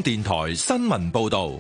港電台新聞報道。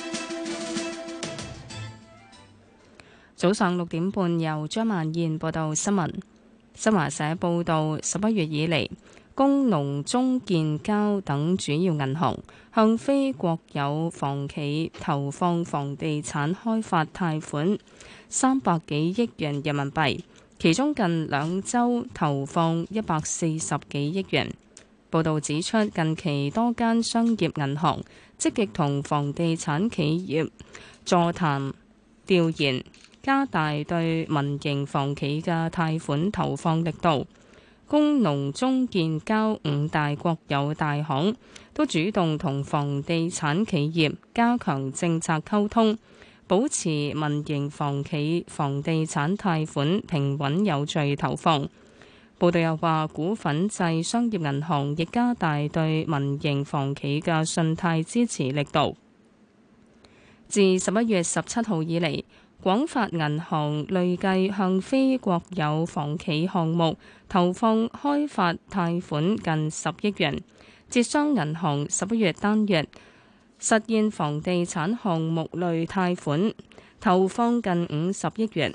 早上6點半，由張曼燕報道新聞。新華社報道，11月以嚟，工農中建交等主要銀行向非國有房企投放房地產開發貸款300幾億元人民幣，其中近2週投放140幾億元。報道指出，近期多間商業銀行積極同房地產企業座談調研，加大對民營房企嘅貸款投放力度。工農中建交5大國有大行都主動同房地產企業加強政策溝通，保持民營房企房地產貸款平穩有序投放。報道又話，股份制商業銀行亦加大對民營房企嘅信貸支持力度。自11月17號以嚟，廣發銀行累計向非國有房企項目投放開發貸款近10億元，浙商銀行11月單月實現房地產項目類貸款投放近50億元。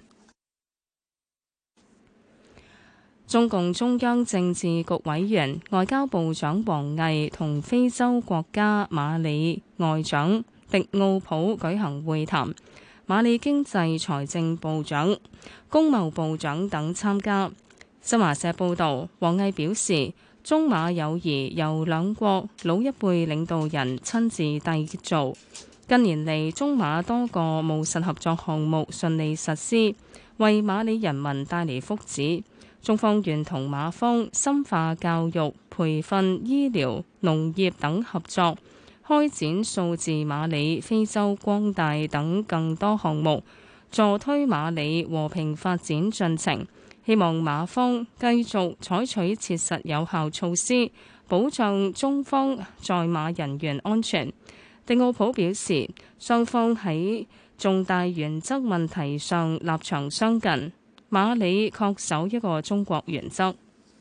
中共中央政治局委員、外交部長王毅同非洲國家馬里外長迪奧普舉行會談，馬里經濟財政部長、工貿部長等參加。新華社報導，王毅表示，中馬友誼由兩國老一輩領導人親自締造，近年嚟中馬多個務實合作項目順利實施，為馬里人民帶嚟福祉。中方願同馬方深化教育、培訓、醫療、農業等合作，開展數字馬里、非洲光大等更多項目，助推馬里和平發展進程。希望馬方繼續採取切實有效措施，保障中方在馬人員安全。迪奧普表示，雙方喺重大原則問題上立場相近。馬里恪守一個中國原則。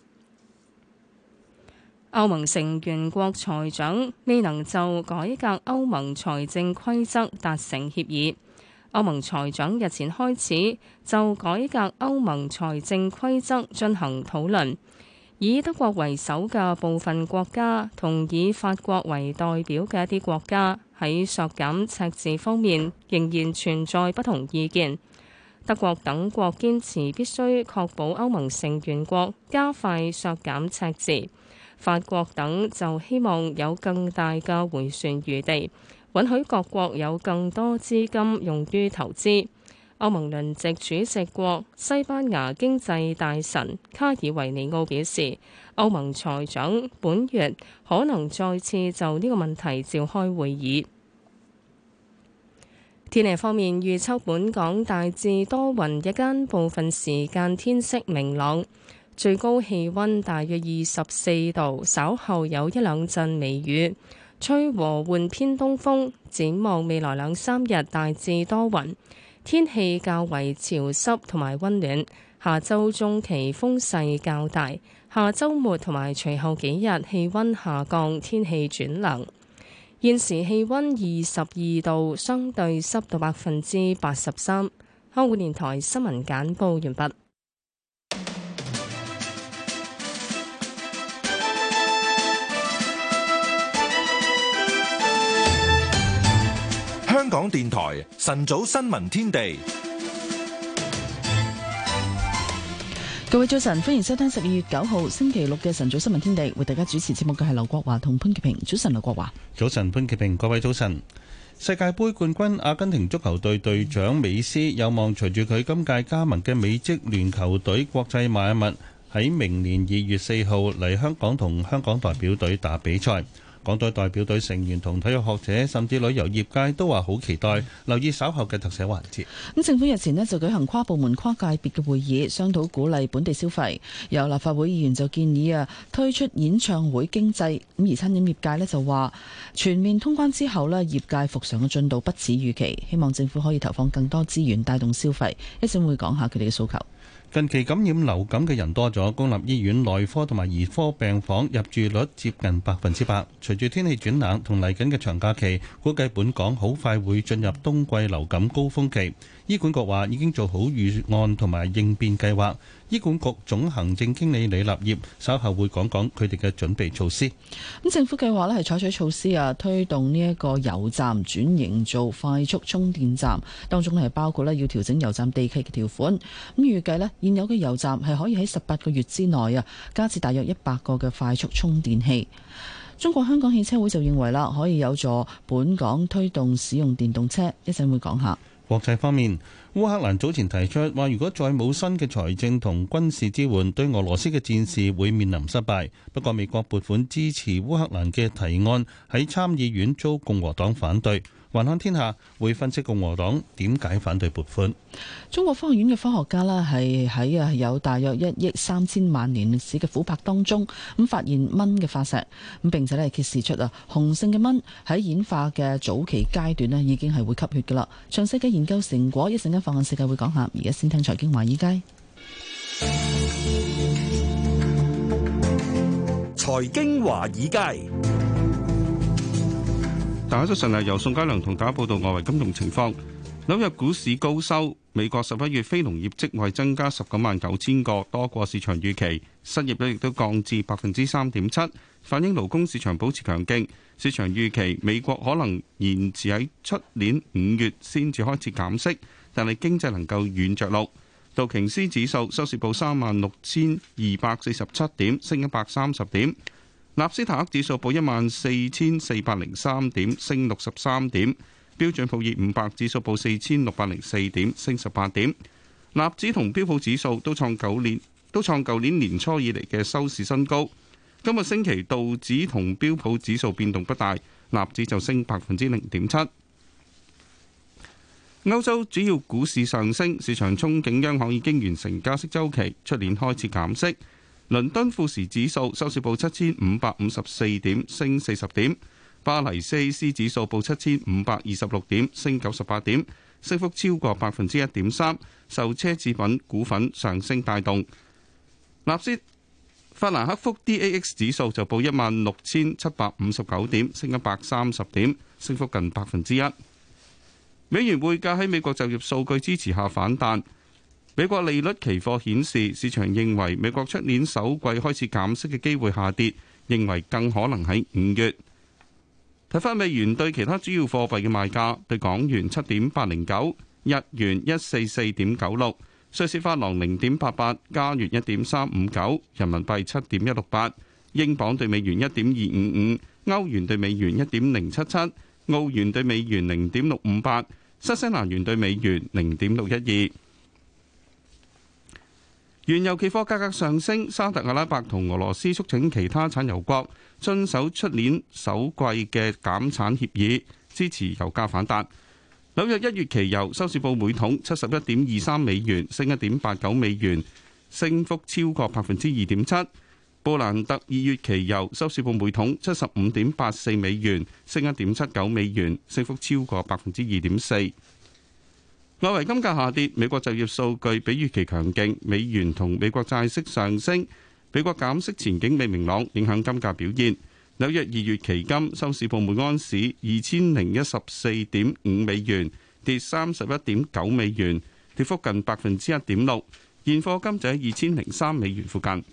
歐盟成員國財長未能就改革歐盟財政規則達成協議。歐盟財長日前開始就改革歐盟財政規則進行討論，以德國為首嘅部分國家同以法國為代表嘅一啲國家喺削減赤字方面仍然存在不同意見。德國等國堅持必須確保歐盟成員國加快削減赤字，法國等就希望有更大嘅迴旋餘地，允許各國有更多資金用於投資。歐盟輪值主席國西班牙經濟大臣卡爾維尼奧表示，歐盟財長本月可能再次就呢個問題召開會議。天氣方面，預測本港大致多雲，日間部分時間天色明朗，最高氣溫大約24度，稍後有一兩陣微雨，吹和緩偏東風。展望未來2-3日大致多雲，天氣較為潮濕同埋溫暖。下周中期風勢較大，下周末同埋隨後幾日氣溫下降，天氣轉涼。現時氣溫22度，相對濕度83%。香港電台新聞簡報完畢。 香港電台晨早新聞天地。 各位早晨，歡迎收聽12月9號星期六嘅晨早新聞天地，為大家主持節目嘅係劉國華同潘潔平。早晨，劉國華。 早晨，潘潔平。各位早晨。世界盃冠軍阿根廷足球隊隊長美斯有望隨住佢今屆加盟嘅美職聯球隊國際邁阿密喺明年2月4號嚟香港同香港代表隊打比賽。港隊代表隊成員同體育學者甚至旅遊業界都話好期待，留意稍後嘅特寫環節。 咁政府日前就舉行跨部門跨界別嘅會議，商討鼓勵本地消費。有立法會議員就建議推出演唱會經濟。咁而餐飲業界就話全面通關之後業界復常嘅進度不似預期，希望政府可以投放更多資源帶動消費。一陣會講下佢哋嘅訴求。 近期感染流感嘅人多咗，公立醫院內科同埋兒科病房入住率接近100%。隨住天氣轉冷同嚟緊嘅長假期，估計本港好快會進入冬季流感高峰期。醫管局話已經做好預案同埋應變計劃。醫管局總行政經理李立業稍後會講講佢哋嘅準備措施。 咁政府計劃咧係採取措施推動呢一個油站轉型做快速充電站，當中係包括要調整油站地契嘅條款。咁預計現有嘅油站係可以喺18個月之內加設大約100個嘅快速充電器。中國香港汽車會就認為可以有助本港推動使用電動車。一陣會講下。 國際方面，烏克蘭早前提出話，如果再冇新嘅財政同軍事支援，對俄羅斯嘅戰事會面臨失敗。不過美國撥款支持烏克蘭嘅提案喺參議院遭共和黨反對。環看天下會分析共和黨點解反對撥款。 中國科學院嘅科學家係喺有大約1億3000萬年歷史嘅琥珀當中發現蚊嘅化石，並且揭示出雄性嘅蚊喺演化嘅早期階段已經係會吸血㗎啦。詳細嘅研究成果一陣間放眼世界會講下，而家先聽財經華爾街。 財經華爾街。 大家早晨，由宋嘉良同大家報道外圍金融情況。紐約股市高收，美國11月非農業職位增加199000個，多過市場預期。失業率亦都降至3.7%，反映勞工市場保持強勁。市場預期美國可能延遲喺出年5月先至開始減息，但係經濟能夠軟着陸。道瓊斯指數收市報36247點，升130點。納斯達克指數報14403點，升63點。標準普爾500指數報4604點，升18點。納指同標普指數都創舊年年初以嚟嘅收市新高。今個星期道指同標普指數變動不大，納指就升0.7%。歐洲主要股市上升，市場憧憬央行已經完成加息週期，出年開始減息。倫敦富時指數收市報7554點，升40點；巴黎 CAC 指數報7526點，升98點，升幅超過1.3%。受奢侈品股份上升帶動。法蘭克福 DAX 指數就報16759點，升130點，升幅近1%。美元匯價喺美國就業數據支持下反彈。美國利率期貨顯示，市場認為美國出年首季開始減息嘅機會下跌，認為更可能喺5月。睇返美元對其他主要貨幣嘅賣價，對港元7.809，日元144.96，瑞士法郎0.88，加元1.359，人民幣7.168，英鎊對美元1.255，歐元對美元1.077，澳元對美元0.658，新西蘭元對美元0.612。原油期貨價格上升，沙特阿拉伯同俄羅斯促請其他產油國遵守出年首季嘅減產協議，支持油價反彈。紐約1月期油收市報每桶71.23美元，升1.89美元，升幅超過2.7%。布蘭特2月期油收市報每桶75.84美元，升1.79美元，升幅超過2.4%。外圍金價下跌，美國就業數據比預期強勁，美元同美國債息上升，美國減息前景未明朗，影響金價表現。紐約2月期金收市報每安士2014.5美元，跌31.9美元，跌幅近1.6%。現貨金就喺2003美元附近。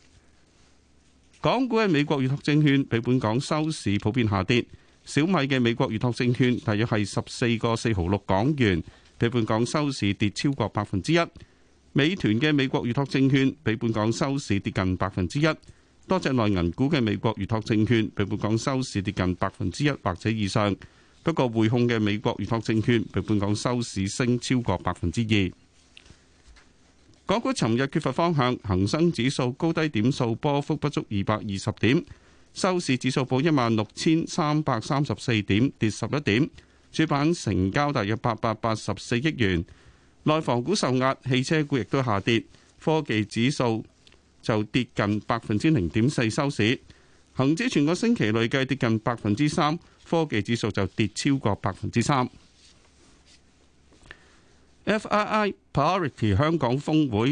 港股嘅美國預託證券比本港收市普遍下跌，小米嘅美國預託證券大約係14個4毫6港元。比本港收市跌超過1%，美團嘅美國預託證券比本港收市跌近1%，多隻內銀股嘅美國預託證券比本港收市跌近1%或者以上。不過匯控嘅美國預託證券比本港收市升超過2%。港股尋日缺乏方向，恒生指數高低點數波幅不足220點，收市指數報16,334點，跌11點。主板成交大約884億元，內房股受壓，汽車股亦都下跌，科技指數就跌近0.4%收市。恒指全個星期累計跌近3%，科技指數就跌超過3%。FII Priority 香港峰會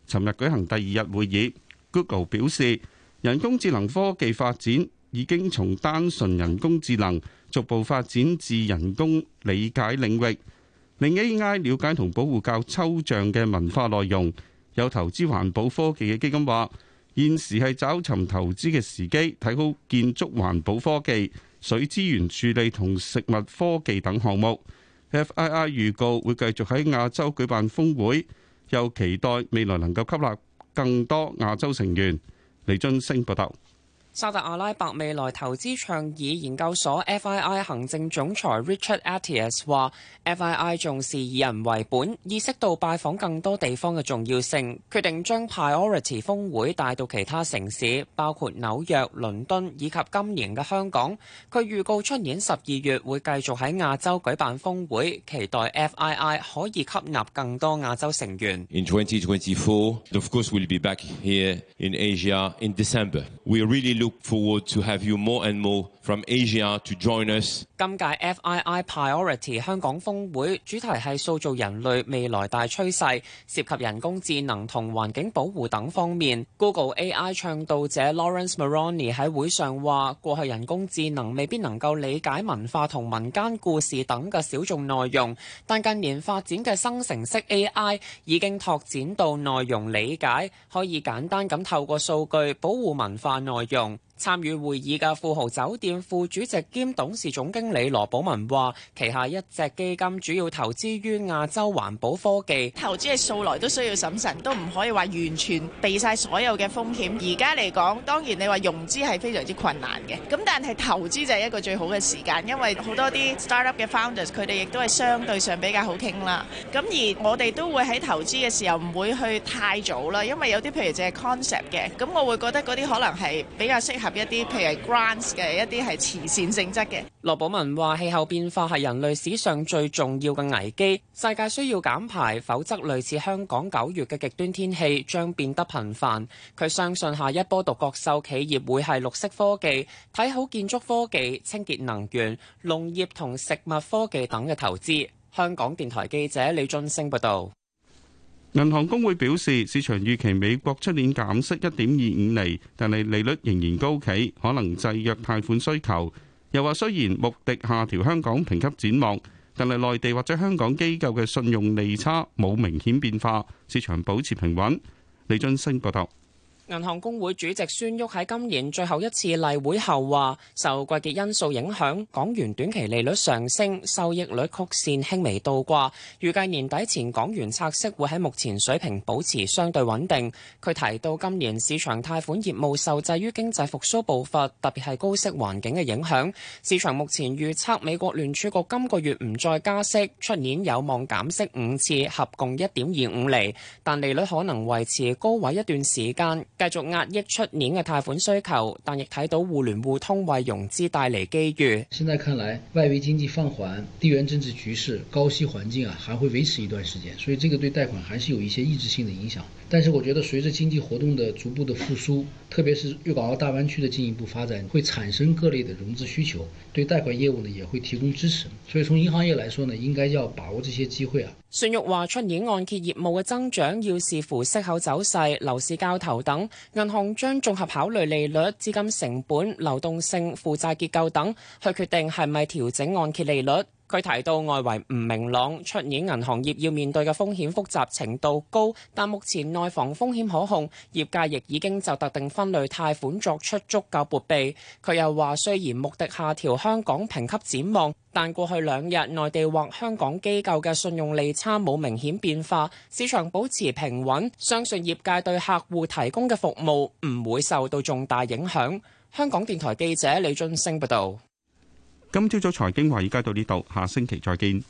尋日舉行第2日會議。Google 表示，人工智能科技發展已經從單純人工智能逐步發展至人工理解領域，令 AI 了解同保護較抽象嘅文化內容。有投資環保科技嘅基金話，現時係找尋投資嘅時機，睇好建築環保科技、水資源處理同食物科技等項目。FII 預告會繼續喺亞洲舉辦峰會，又期待未來能夠吸納更多亞洲成員。李津升報道。 沙特阿拉伯未來投資倡議研究所 FII 行政總裁 Richard Attias 話 ：FII 重視以人為本，意識到拜訪更多地方嘅重要性，決定將 Priority 峰會帶到其他城市，包括紐約、倫敦以及今年嘅香港。佢預告出年12月會繼續喺亞洲舉辦峰會，期待 FII 可以吸納更多亞洲成員。 In 2024, of course, we'll be back here in Asia in December. We really look forward to have you more and more from Asia to join us. 今屆 FII Priority 香港峰會主題係塑造人類未來大趨勢，涉及人工智能同環境保護等方面。Google AI 倡導者 Lawrence Moroney 喺會上話：過去人工智能未必能夠理解文化同民間故事等嘅小眾內容，但近年發展嘅生成式 AI 已經拓展到內容理解，可以簡單咁透過數據保護文化內容。參與會議嘅富豪酒店副主席兼董事總經理羅寶文話：旗下一隻基金主要投資於亞洲環保科技。 投資係素來都需要審慎，都唔可以話完全避晒所有嘅風險。而家嚟講，當然你話融資係非常之困難嘅，咁但係投資就係一個最好嘅時間，因為好多啲 startup 嘅 founders 佢哋亦都係相對上比較好傾啦。咁而我哋都會喺投資嘅時候唔會去太早啦，因為有啲譬如淨係 concept 嘅，咁我會覺得嗰啲可能係比較適合一啲譬如係 grants 嘅一啲係慈善性質嘅。 羅寶文話：氣候變化係人類史上最重要嘅危機，世界需要減排，否則類似香港9月嘅極端天氣將變得頻繁。佢相信下一波獨角獸企業會係綠色科技，睇好建築科技、清潔能源、農業同食物科技等嘅投資。香港電台記者李俊升報導。 銀行公會表示，市場預期美國出年減息1.25厘，但係利率仍然高企，可能制約貸款需求。又話雖然穆迪下調香港評級展望，但係內地或者香港機構嘅信用利差冇明顯變化，市場保持平穩。李津升報道。 銀行公會主席孫旭喺今年最後一次例會後話，受季節因素影響，港元短期利率上升，收益率曲線輕微倒掛，預計年底前港元拆息會喺目前水平保持相對穩定。佢提到今年市場貸款業務受制於經濟復甦步伐，特別係高息環境嘅影響。市場目前預測美國聯儲局今個月唔再加息，出年有望減息5次，合共1.25厘，但利率可能維持高位一段時間，繼續壓抑出年嘅貸款需求，但亦睇到互聯互通為融資帶嚟機遇。 現在看來，外圍經濟放緩、地緣政治局勢、高息環境還會維持一段時間，所以這個對貸款還是有一些抑制性的影響。但是我覺得隨着經濟活動的逐步的復甦，特別是粵港澳大灣區的進一步發展，會產生各類的融資需求，對貸款業務呢也會提供支持。所以從銀行業來說呢，應該要把握這些機會啊。 孫玉話：出年按揭業務嘅增長要視乎息口走勢、樓市交投等，銀行將綜合考慮利率、資金成本、流動性、負債結構等，去決定係咪調整按揭利率。佢提到外圍唔明朗，出年銀行業要面對嘅風險複雜程度高，但目前內房風險可控，業界亦已經就特定分類貸款作出足夠撥備。佢又話，雖然穆迪下調香港評級展望，但過去2日內地或香港機構嘅信用利差冇明顯變化，市場保持平穩，相信業界對客戶提供嘅服務唔會受到重大影響。香港電台記者李俊升報道。 今朝早財經華爾街到呢度，下星期再見。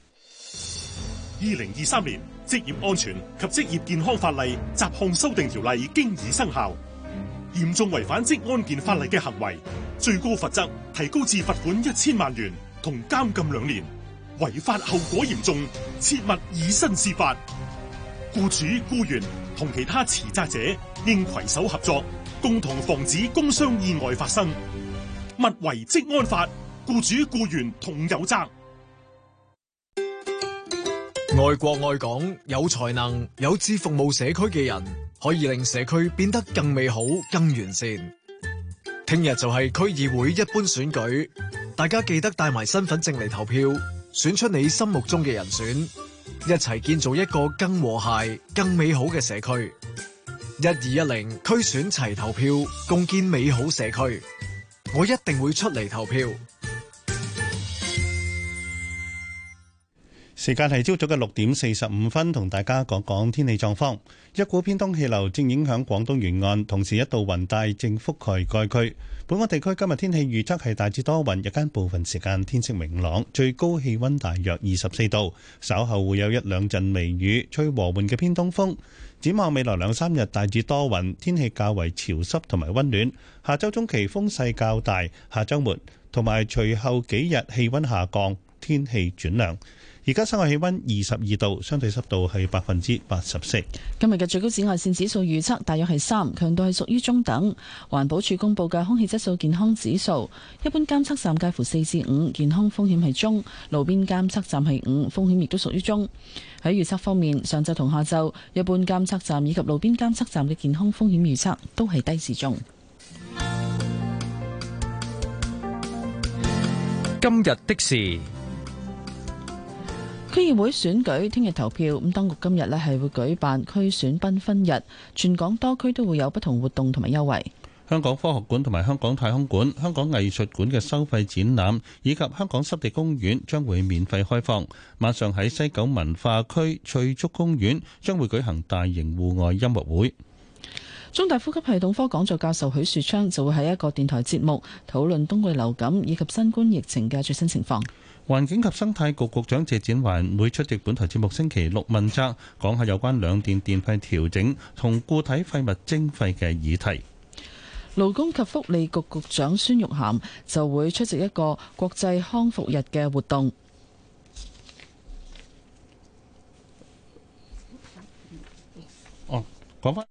2023年職業安全及職業健康法例雜項修訂條例經已生效，嚴重違反職安健法例嘅行為，最高罰則提高至罰款1000萬元同監禁2年，違法後果嚴重，切勿以身試法。僱主、僱員同其他持責者應攜手合作，共同防止工傷意外發生。勿違職安法，僱主僱員同有責。 愛國愛港、有才能、有志服務社區嘅人，可以令社區變得更美好、更完善。聽日就係區議會一般選舉，大家記得帶埋身份證嚟投票，選出你心目中嘅人選，一齊建造一個更和諧、更美好嘅社區。1210區選齊投票，共建美好社區。我一定會出嚟投票。 時間係朝早嘅6:45，同大家講講天氣狀況。一股偏東氣流正影響廣東沿岸，同時一道雲帶正覆蓋該區。本港地區今日天氣預測係大致多雲，日間部分時間天色明朗，最高氣溫大約24度。稍後會有一兩陣微雨，吹和緩嘅偏東風。展望未來2、3日大致多雲，天氣較為潮濕同埋溫暖。下周中期風勢較大，下周末同埋隨後幾日氣溫下降，天氣轉涼。而家室外氣溫22度，相對濕度係84%。 今日嘅最高紫外線指數預測大約係3，強度係屬於中等。環保署公布嘅空氣質素健康指數，一般監測站介乎4至5，健康風險係中；路邊監測站係5，風險亦都屬於中。喺預測方面，上晝同下晝，一般監測站以及路邊監測站嘅健康風險預測都係低至中。 今日的事。 區議會選舉聽日投票，咁當局今日呢係會舉辦區選繽紛日，全港多區都會有不同活動同埋優惠。 香港科學館同埋香港太空館、香港藝術館嘅收費展覽以及香港濕地公園將會免費開放。晚上喺西九文化區翠竹公園將會舉行大型戶外音樂會。 中大呼吸系統科講座教授許樹昌就會喺一個電台節目討論冬季流感以及新冠疫情嘅最新情況。 環境及生態局局長謝展寰會出席本台節目星期六問責，講下有關兩電電費調整同固體廢物徵費嘅議題。 勞工及福利局局長孫玉菡就會出席一個國際康復日嘅活動。 講返。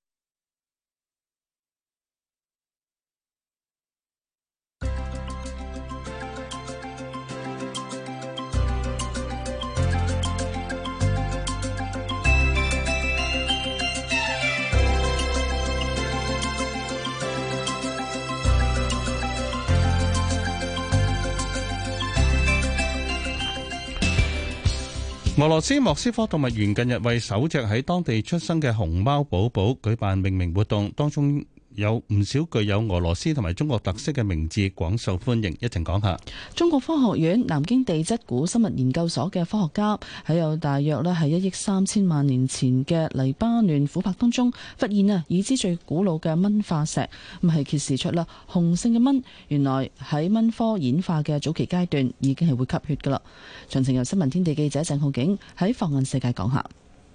俄羅斯莫斯科動物園近日為首隻喺當地出生嘅熊貓寶寶舉辦命名活動，當中有唔少具有俄羅斯同埋中國特色嘅名字，廣受歡迎。一陣講下。 中國科學院南京地質古生物研究所嘅科學家喺有大約係1億3千萬年前嘅黎巴嫩琥珀當中發現已知最古老嘅蚊化石，咁係揭示出雄性嘅蚊原來喺蚊科演化嘅早期階段已經係會吸血噶啦。詳情由新聞天地記者鄭浩景喺放眼世界講下。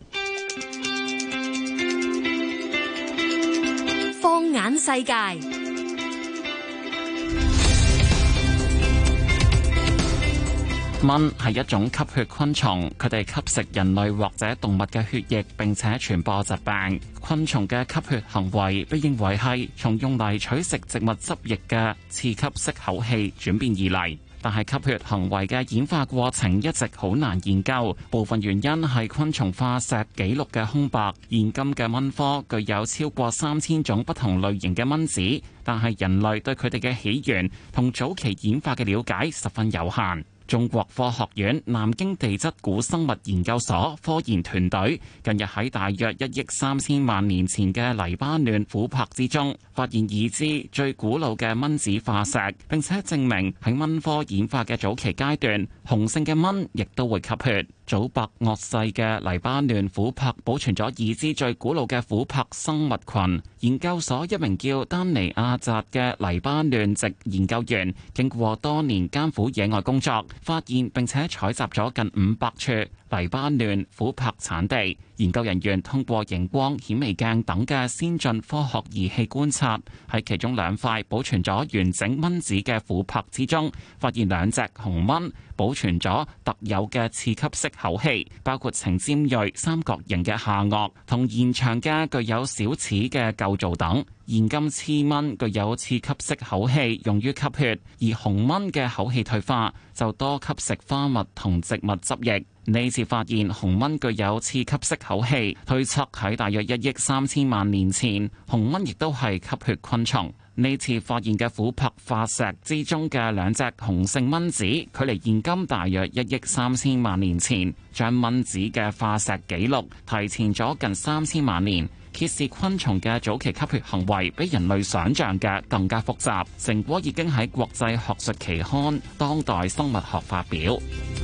放眼世界， 蚊係一種吸血昆蟲，佢哋吸食人類或者動物嘅血液，並且傳播疾病。昆蟲嘅吸血行為被認為係從用嚟取食植物汁液嘅刺吸式口器轉變而嚟。但係吸血行為嘅演化過程一直好難研究，部分原因係昆蟲化石紀錄嘅空白。現今嘅蚊科具有超過3000種不同類型嘅蚊子，但係人類對佢哋嘅起源同早期演化嘅了解十分有限。中國科學院南京地質古生物研究所科研團隊近日喺大約1億3千萬年前嘅黎巴嫩琥珀之中，發現已知最古老嘅蚊子化石，並且證明喺蚊科演化嘅早期階段，雄性嘅蚊亦都會吸血。祖白堊世嘅黎巴嫩琥珀保存咗已知最古老嘅琥珀生物群。研究所一名叫丹尼亞扎嘅黎巴嫩籍研究員，經過多年艱苦野外工作，發現並且採集咗近500處黎巴嫩琥珀產地。研究人員通過熒光、顯微鏡等嘅先進科學儀器觀察，喺其中2塊保存咗完整蚊子嘅琥珀之中，發現2隻雄蚊保存咗特有嘅刺吸式口器，包括呈尖銳三角形嘅下顎同延長嘅具有小齒嘅構造等。現今雌蚊具有刺吸式口器用於吸血，而雄蚊嘅口器退化，就多吸食花蜜同植物汁液。 呢次發現紅蚊具有刺吸式口氣，推測喺大約1億3千萬年前，紅蚊亦都係吸血昆蟲。呢次發現嘅琥珀化石之中嘅2隻雄性蚊子，距離現今大約1億3千萬年前，將蚊子嘅化石紀錄提前咗近3000萬年，揭示昆蟲嘅早期吸血行為比人類想象嘅更加複雜。成果已經喺國際學術期刊《當代生物學》發表。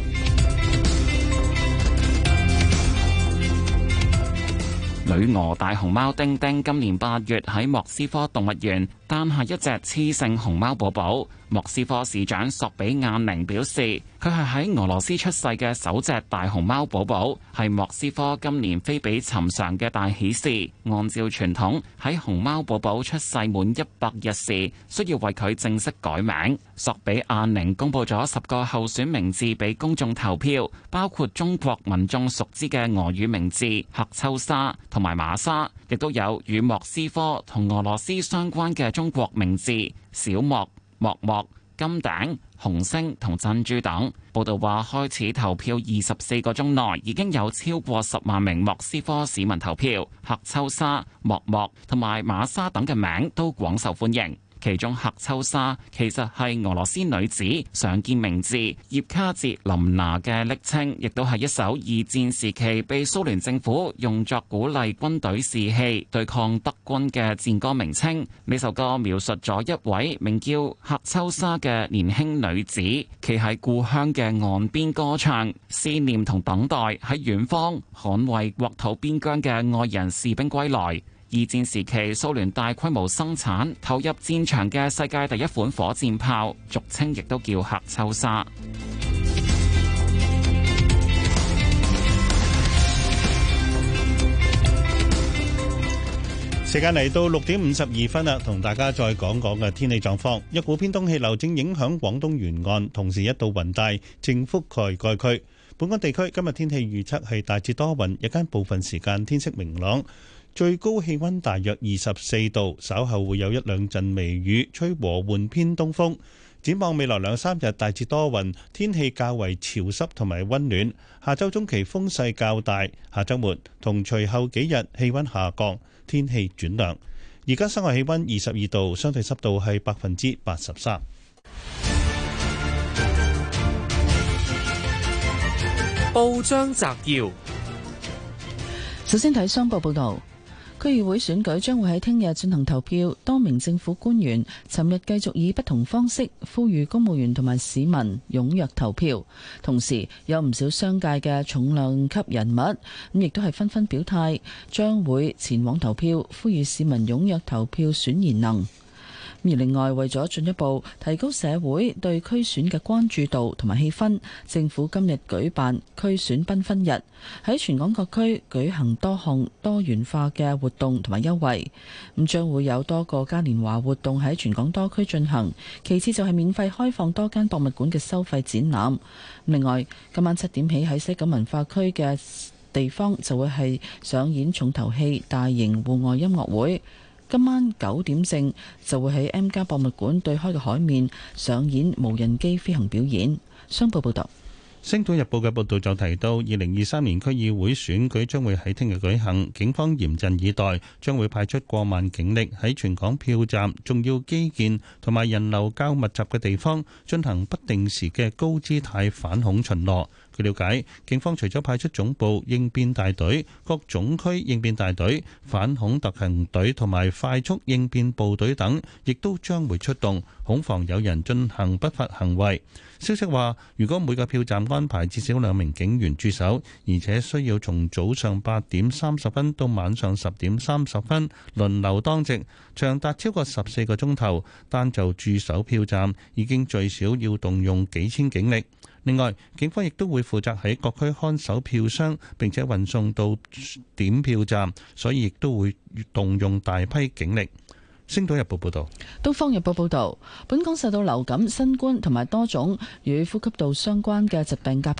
女俄大熊貓丁丁今年8月喺莫斯科動物園誕下一隻雌性熊貓寶寶。莫斯科市長索比亞寧表示，佢係喺俄羅斯出世嘅首隻大熊貓寶寶，係莫斯科今年非比尋常嘅大喜事。按照傳統，喺熊貓寶寶出世滿100日時，需要為佢正式改名。索比亞寧公布咗10個候選名字俾公眾投票，包括中國民眾熟知嘅俄語名字赫秋莎同埋瑪莎，亦都有與莫斯科同俄羅斯相關嘅中國名字小莫、莫莫、金頂、紅星同珍珠等。報道話，開始投票24個鐘內，已經有超過10萬名莫斯科市民投票。赫秋莎、莫莫同埋瑪莎等嘅名都廣受歡迎。其中赫秋莎其實係俄羅斯女子常見名字葉卡捷琳娜嘅昵稱，亦都係一艘2戰時期被蘇聯政府用作鼓勵軍隊士氣對抗德軍嘅戰歌名稱。呢首歌描述咗一位名叫赫秋莎嘅年輕女子，企喺故鄉嘅岸邊歌唱，思念同等待喺遠方捍衛國土邊疆嘅愛人士兵歸來。2戰時期，蘇聯大規模生產投入戰場嘅世界第一款火箭炮，俗稱亦都叫赫秋莎。 時間嚟到6點52分啦，同大家再講講嘅天氣狀況。一股偏東氣流正影響廣東沿岸，同時一道雲帶正覆蓋該區。本港地區今日天氣預測係大致多雲，日間部分時間天色明朗。最高氣溫大約24度，稍後會有1-2陣微雨，吹和緩偏東風。展望未來2-3日大致多雲，天氣較為潮濕同埋溫暖。下周中期風勢較大，下周末同隨後幾日氣溫下降，天氣轉涼。而家室外氣溫22度，相對濕度係83%。 報章摘要， 首先睇商報報道。區議會選舉將會喺聽日進行投票，多名政府官員尋日繼續以不同方式呼籲公務員同埋市民踴躍投票，同時有唔少商界嘅重量級人物咁亦都係紛紛表態，將會前往投票，呼籲市民踴躍投票選賢能。而另外，為咗進一步提高社會對區選嘅關注度同埋氣氛，政府今日舉辦區選繽紛日，喺全港各區舉行多項多元化嘅活動同埋優惠。咁將會有多個嘉年華活動喺全港多區進行。其次就係免費開放多間博物館嘅收費展覽。另外，今晚7點起喺西九文化區嘅地方就會係上演重頭戲大型戶外音樂會。今晚9點正就會喺 M+ 博物館對開嘅海面上演無人機飛行表演。商報報道。 《星島日報》嘅報導就提到，2023年區議會選舉將會喺聽日舉行，警方嚴陣以待，將會派出過萬警力喺全港票站、重要基建同埋人流較密集嘅地方進行不定時嘅高姿態反恐巡邏。據了解，警方除咗派出總部應變大隊、各總區應變大隊、反恐特勤隊同埋快速應變部隊等，亦都將會出動，恐防有人進行不法行為。消息話，如果每個票站安排至少2名警員駐守，而且需要從早上8點30分到晚上10點30分輪流當值，長達超過14個鐘頭，單就駐守票站已經最少要動用幾千警力。另外，警方亦都會負責喺各區看守票箱，並且運送到點票站，所以亦都會動用大批警力。星島日報報道。 東方日報報道，本港受到流感、新冠同埋多種與呼吸道相關嘅疾病夾擊。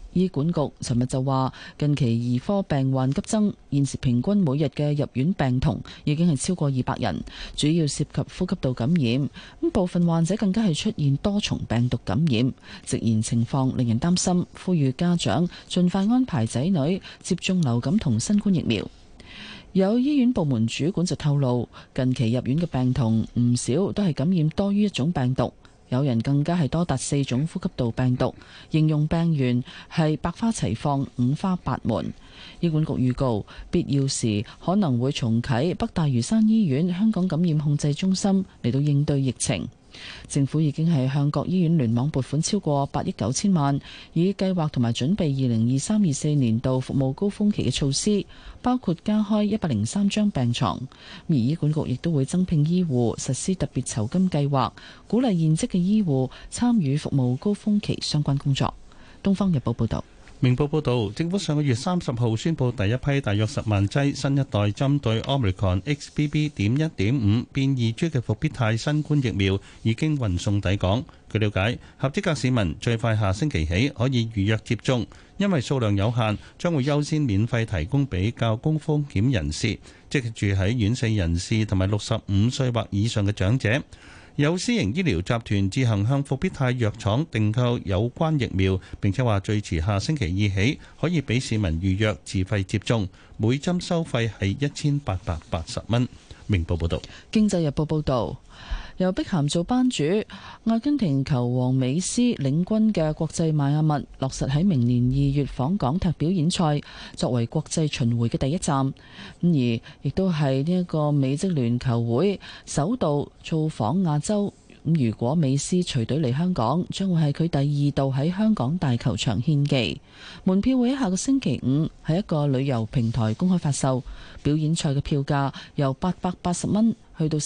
醫管局尋日就話，近期兒科病患急增，現時平均每日嘅入院病童已經係超過200人，主要涉及呼吸道感染。咁部分患者更加係出現多重病毒感染，直言情況令人擔心，呼籲家長盡快安排仔女接種流感同新冠疫苗。有醫院部門主管就透露，近期入院嘅病童唔少都係感染多於一種病毒。有人更加係多達4種呼吸道病毒，形容病源係百花齊放、五花八門。醫管局預告，必要時可能會重啟北大嶼山醫院香港感染控制中心嚟到應對疫情。政府已經係向各醫院聯網撥款超過8億9千萬，以計劃同埋準備2023-24年度服務高峰期嘅措施，包括加開103張病床。而醫管局亦都會增聘醫護，實施特別酬金計劃，鼓勵現職嘅醫護參與服務高峰期相關工作。東方日報報道。 明報報導，政府上個月30號宣布第一批大約10萬劑新一代針對 Omicron XBB.1.5 變異株嘅復必泰新冠疫苗已經運送抵港。據了解，合資格市民最快下星期起可以預約接種，因為數量有限，將會優先免費提供俾較高風險人士，即係住喺院舍人士同埋65歲或以上嘅長者。有私營醫療集團自行向復必泰藥廠訂購有關疫苗，並且話最遲下星期2起可以俾市民預約自費接種，每針收費係1880蚊。明報報道。 經濟日報報導。由碧咸做班主，阿根廷球王美斯領軍嘅國際邁阿密落實喺明年2月訪港踢表演賽，作為國際巡迴嘅第一站。而亦都係呢一個美職聯球會首度造訪亞洲。如果美斯隨隊嚟香港，將會係佢第2度喺香港大球場獻技。門票會喺下個星期5喺一個旅遊平台公開發售。表演賽嘅票價由880蚊去到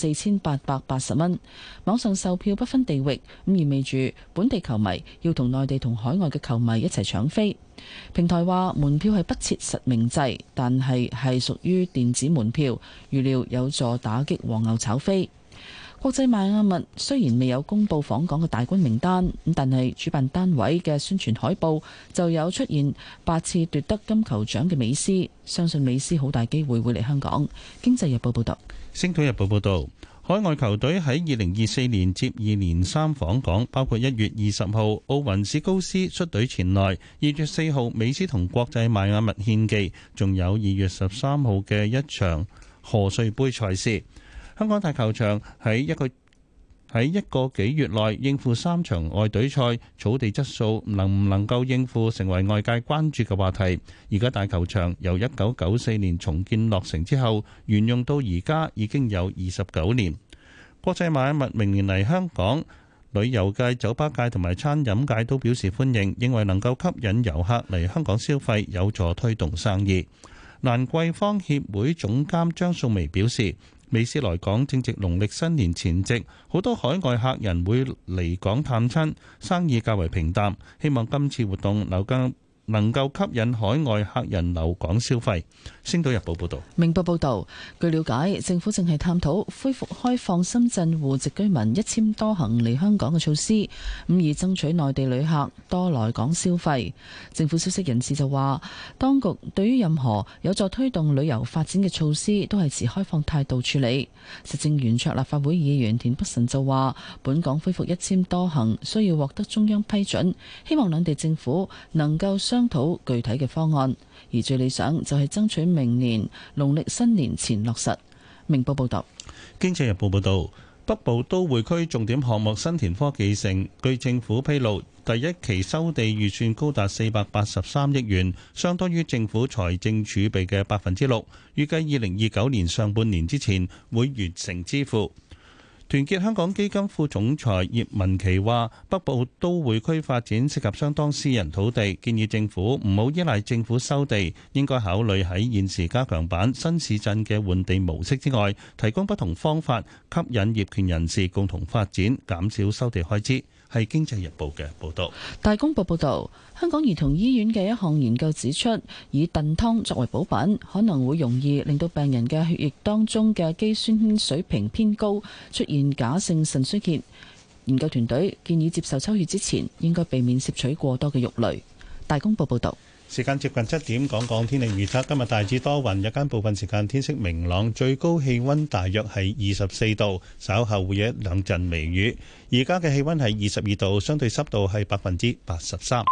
4880蚊，網上售票不分地域，咁意味住本地球迷要同內地同海外嘅球迷一齊搶飛。平台話門票係不設實名制，但係屬於電子門票，預料有助打擊黃牛炒飛。國際邁阿密雖然未有公布訪港嘅大軍名單，但係主辦單位嘅宣傳海報就有出現8次奪得金球獎嘅美斯，相信美斯好大機會會嚟香港。經濟日報報道。 星島日報報道，海外球隊喺2024年接二連三訪港，包括1月20號奧雲史高斯率隊前來，2月4號美斯同國際邁阿密獻技，仲有2月13號嘅一場賀歲杯賽事。香港大球場喺一個幾月內應付3場外隊賽，草地質素能唔能夠應付，成為外界關注嘅話題。而家大球場由1994年重建落成之後，沿用到而家已經有29年。國際邁阿密明年嚟香港，旅遊界、酒吧界同埋餐飲界都表示歡迎，認為能夠吸引遊客嚟香港消費，有助推動生意。蘭桂坊協會總監張素眉表示，美斯來港正值農曆新年前夕，好多海外客人會嚟港探親，生意較為平淡。希望今次活動能夠吸引海外客人留港消費。星島日報報道。 明報報道，據了解，政府正係探討恢復開放深圳戶籍居民一簽多行嚟香港嘅措施，咁以爭取內地旅客多來港消費。政府消息人士就話，當局對於任何有助推動旅遊發展嘅措施都係持開放態度處理。實政圓桌立法會議員田北辰就話，本港恢復一簽多行需要獲得中央批准，希望兩地政府能夠商討具體嘅方案，而最理想就係爭取明年農曆新年前落實。明報報道。 經濟日報報道，北部都會區重點項目新田科技城，據政府披露，第一期收地預算高達483億元，相當於政府財政儲備嘅6%，預計2029年上半年之前會完成支付。團結香港基金副總裁葉文琪話，北部都會區發展涉及相當私人土地，建議政府唔好依賴政府收地，應該考慮喺現時加強版新市鎮嘅換地模式之外，提供不同方法吸引業權人士共同發展，減少收地開支。係《經濟日報》嘅報導。 大公報報導，香港兒童醫院嘅一項研究指出，以燉湯作為補品，可能會容易令到病人嘅血液當中嘅肌酸酐水平偏高，出現假性腎衰竭。研究團隊建議接受抽血之前，應該避免攝取過多嘅肉類。 大公報報道。 時間接近7點，講講天氣預測。今日大致多雲，日間部分時間天色明朗，最高氣溫大約係24度，稍後會有一兩陣微雨。而家嘅氣溫係22度，相對濕度係83%。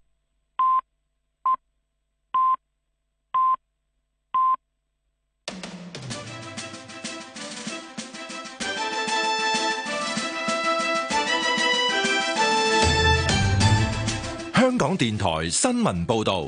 香港電台新聞報道。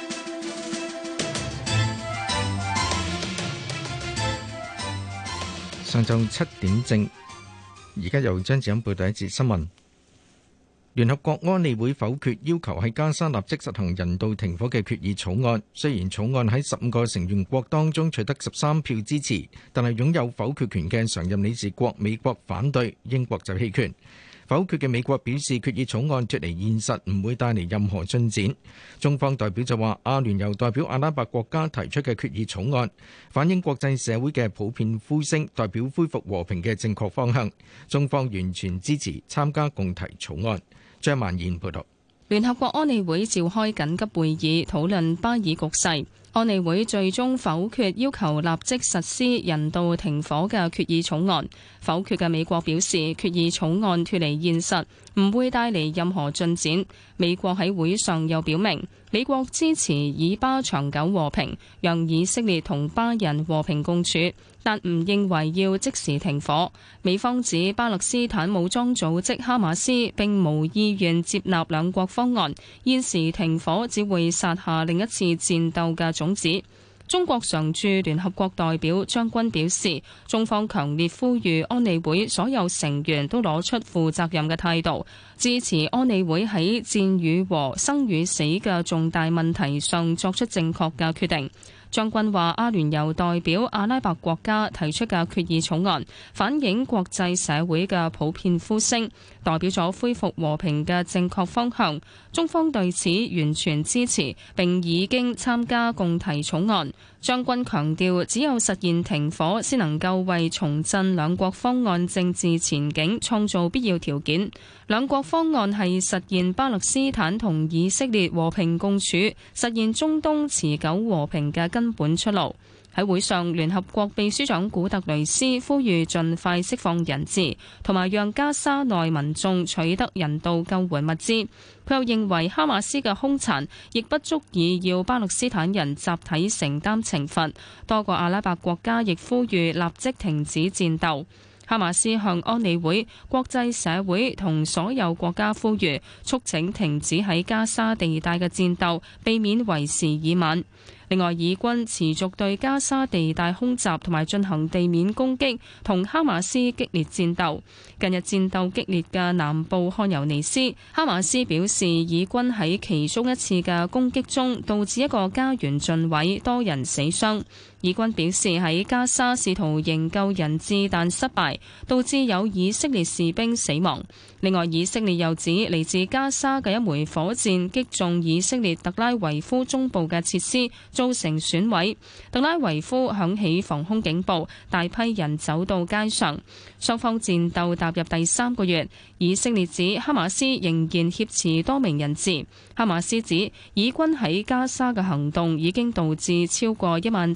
上晝7點正，而家由張子欣報道一節新聞。聯合國安理會否決要求喺加沙立即實行人道停火嘅決議草案。雖然草案喺15個成員國當中取得13票支持，但係擁有否決權嘅常任理事國美國反對，英國就棄權。否決嘅美國表示，決議草案脫離現實，唔會帶嚟任何進展。中方代表就話，阿聯酋代表阿拉伯國家提出嘅決議草案，反映國際社會嘅普遍呼聲，代表恢復和平嘅正確方向。中方完全支持參加共提草案。張曼燕報導。 聯合國安理會召開緊急會議，討論巴以局勢。安理會最終否決要求立即實施人道停火嘅決議草案。否決嘅美國表示，決議草案脫離現實，唔會帶嚟任何進展。美國喺會上又表明，美國支持以巴長久和平，讓以色列同巴人和平共處，但唔認為要即時停火。美方指巴勒斯坦武裝組織哈馬斯並無意願接納兩國方案，現時停火只會撒下另一次戰鬥嘅種子。中國常駐聯合國代表張軍表示，中方強烈呼籲安理會所有成員都攞出負責任嘅態度，支持安理會喺戰與和、生與死嘅重大問題上作出正確嘅決定。張軍話，阿聯酋代表阿拉伯國家提出嘅決議草案，反映國際社會嘅普遍呼聲，代表咗恢復和平嘅正確方向。中方對此完全支持，並已經參加共提草案。張軍強調，只有實現停火，先能夠為重振兩國方案政治前景創造必要條件。兩國方案係實現巴勒斯坦同以色列和平共處，實現中東持久和平嘅根本出路。喺會上，聯合國秘書長古特雷斯呼籲盡快釋放人質，同埋讓加沙內民眾取得人道救援物資。佢又認為哈馬斯嘅兇殘亦不足以要巴勒斯坦人集體承擔懲罰。多個阿拉伯國家亦呼籲立即停止戰鬥。哈馬斯向安理會、國際社會同所有國家呼籲，促請停止喺加沙地帶嘅戰鬥，避免為時已晚。另外，以軍持續對加沙地帶空襲同埋進行地面攻擊，同哈馬斯激烈戰鬥。近日戰鬥激烈嘅南部漢尤尼斯，哈馬斯表示，以軍喺其中一次嘅攻擊中導致一個家園盡毀，多人死傷。以軍表示喺加沙試圖營救人質，但失敗，導致有以色列士兵死亡。另外，以色列又指嚟自加沙嘅一枚火箭擊中以色列特拉維夫中部嘅設施，造成損毀。特拉維夫響起防空警報，大批人走到街上。雙方戰鬥踏入第3個月，以色列指哈馬斯仍然挾持多名人質。哈馬斯指以軍喺加沙嘅行動已經導致超過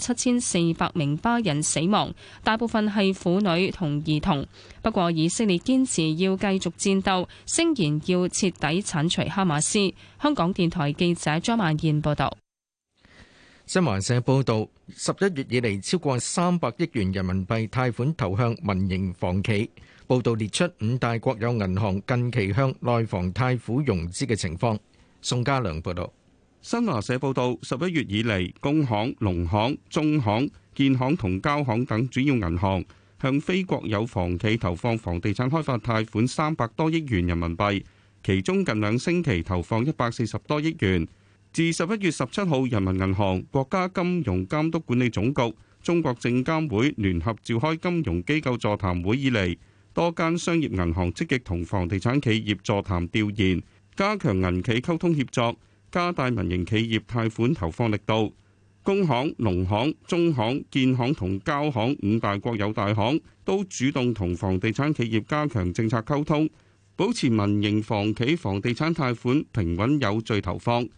17400名巴人死亡，大部分係婦女同兒童。不過以色列堅持要繼續戰鬥，聲言要徹底剷除哈馬斯。香港電台記者張曼燕報導。 新華社報導，11月以嚟超過300億元人民幣貸款投向民營房企。報導列出5大國有銀行近期向內房貸款融資嘅情況。宋家良報導。 新華社報導，11月以嚟，工行、農行、中行、建行同交行等主要銀行向非國有房企投放房地產開發貸款300多億元人民幣，其中近2星期投放140多億元。自11月17號，人民銀行、國家金融監督管理總局、中國證監會聯合召開金融機構座談會以嚟，多間商業銀行積極同房地產企業座談調研，加強銀企溝通協作，加大民營企業貸款投放力度。工行、農行、中行、建行同交行5大國有大行都主動同房地產企業加強政策溝通，保持民營房企房地產貸款平穩有序投放。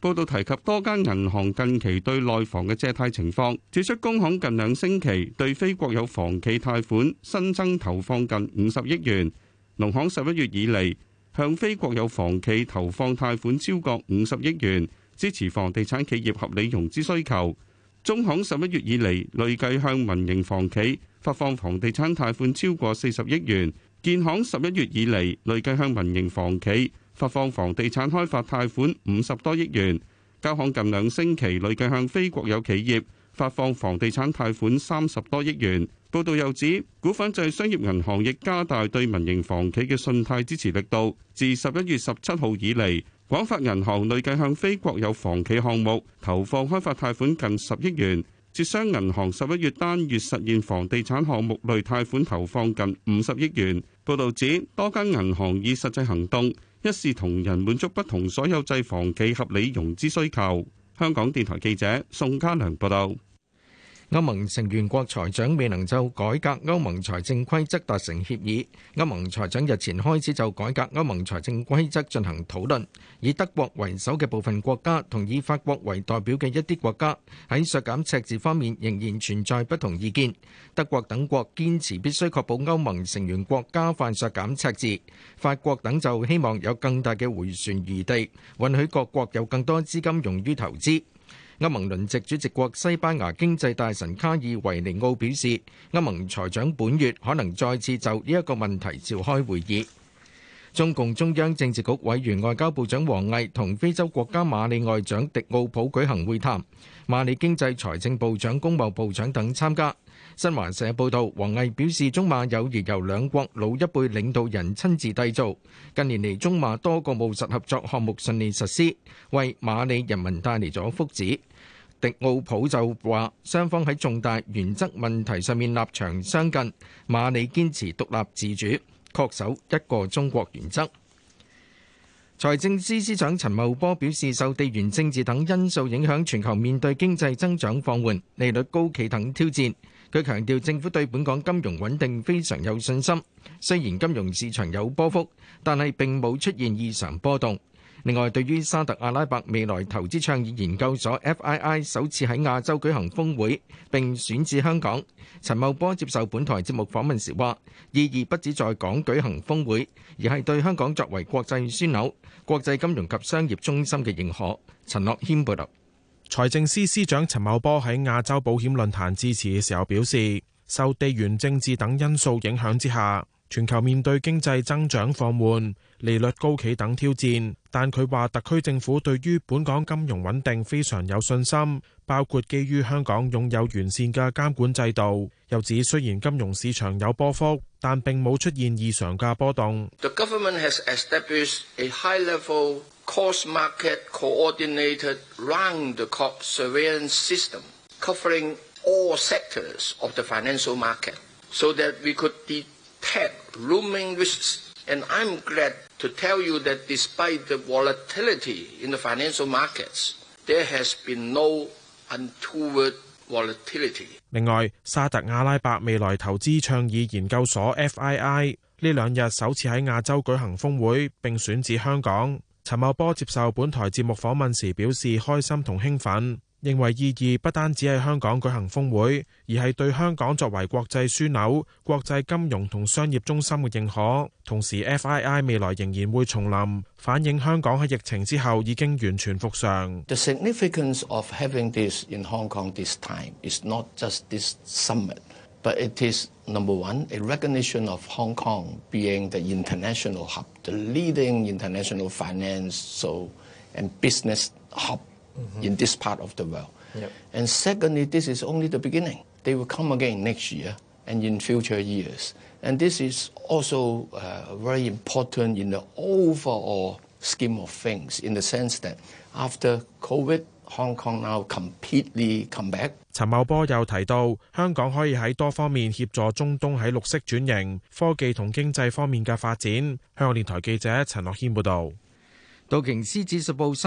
報道提及多間銀行近期對內房嘅借貸情況，指出工行近2星期對非國有房企貸款新增投放近50億元，農行11月以嚟向非國有房企投放貸款超過50億元，支持房地產企業合理融資需求。中行11月以嚟累計向民營房企發放房地產貸款超過40億元，建行11月以嚟累計向民營房企發放房地產開發貸款50多億元，交行近2星期累計向非國有企業發放房地產貸款30多億元。報道又指，股份制商業銀行亦加大對民營房企嘅信貸支持力度。自11月17號以嚟，廣發銀行累計向非國有房企項目投放開發貸款近10億元。浙商銀行11月單月實現房地產項目類貸款投放近50億元。報道指，多間銀行以實際行動一視同仁，滿足不同所有制房企合理融資需求。香港電台記者宋家良報道。 歐盟成員國財長未能就改革歐盟財政規則達成協議。歐盟財長日前開始就改革歐盟財政規則進行討論，以德國為首嘅部分國家同以法國為代表嘅一啲國家喺削減赤字方面仍然存在不同意見。德國等國堅持必須確保歐盟成員國加快削減赤字，法國等就希望有更大嘅迴旋餘地，允許各國有更多資金用於投資。歐盟輪值主席國西班牙經濟大臣卡爾維尼奧表示，歐盟財長本月可能再次就呢一個問題召開會議。中共中央政治局委員外交部長王毅同非洲國家馬里外長迪奧普舉行會談，馬里經濟財政部長、工貿部長等參加。新華社報道，王毅表示，中馬友誼由兩國老一輩領導人親自締造，近年嚟中馬多個務實合作項目順利實施，為馬里人民帶嚟咗福祉。迪奧普就話，雙方喺重大原則問題上面立場相近，馬里堅持獨立自主，恪守一個中國原則。財政司司長陳茂波表示，受地緣政治等因素影響，全球面對經濟增長放緩、利率高企等挑戰。佢強調政府對本港金融穩定非常有信心，雖然金融市場有波幅，但係並冇出現異常波動。另外，對於沙特阿拉伯未來投資倡議研究所 FII 首次喺亞洲舉行峰會並選址香港，陳茂波接受本台節目訪問時話，意義不止在港舉行峰會，而係對香港作為國際樞紐、國際金融及商業中心嘅認可。陳樂軒報導。 財政司司長陳茂波喺亞洲保險論壇致辭嘅時候表示，受地緣政治等因素影響之下，全球面對經濟增長放緩、利率高企等挑戰，但佢話特區政府對於本港金融穩定非常有信心，包括基於香港擁有完善嘅監管制度。又指雖然金融市場有波幅，但並冇出現異常嘅波動。 The government has established a high-level cross-market coordinated round-the-clock surveillance system covering all sectors of the financial market, so that we could detect looming risks. And I'm glad to tell you that despite the volatility in the financial markets, there has been no untoward volatility. 另外，沙特阿拉伯未來投資倡議研究所 FII 呢兩日首次喺亞洲舉行峰會並選址香港。陳茂波接受本台節目訪問時表示開心同興奮，認為意義不單止係香港舉行峰會，而係對香港作為國際樞紐、國際金融同商業中心嘅認可。同時 FII 未來仍然會重臨，反映香港喺疫情之後已經完全復常。 The significance of having this in Hong Kong this time is not just this summit, but it is number one, a recognition of Hong Kong being the international hub, the leading international financial and business hub in this part of the world. Yep. And secondly, this is only the beginning. They will come again next year and in future years. And this is also very important in the overall scheme of things, in the sense that after COVID, Hong Kong now completely come back. 陳茂波又提到，香港可以喺多方面協助中東喺綠色轉型、科技同經濟方面嘅發展。香港電台記者陳樂軒報導。 道瓊斯指數報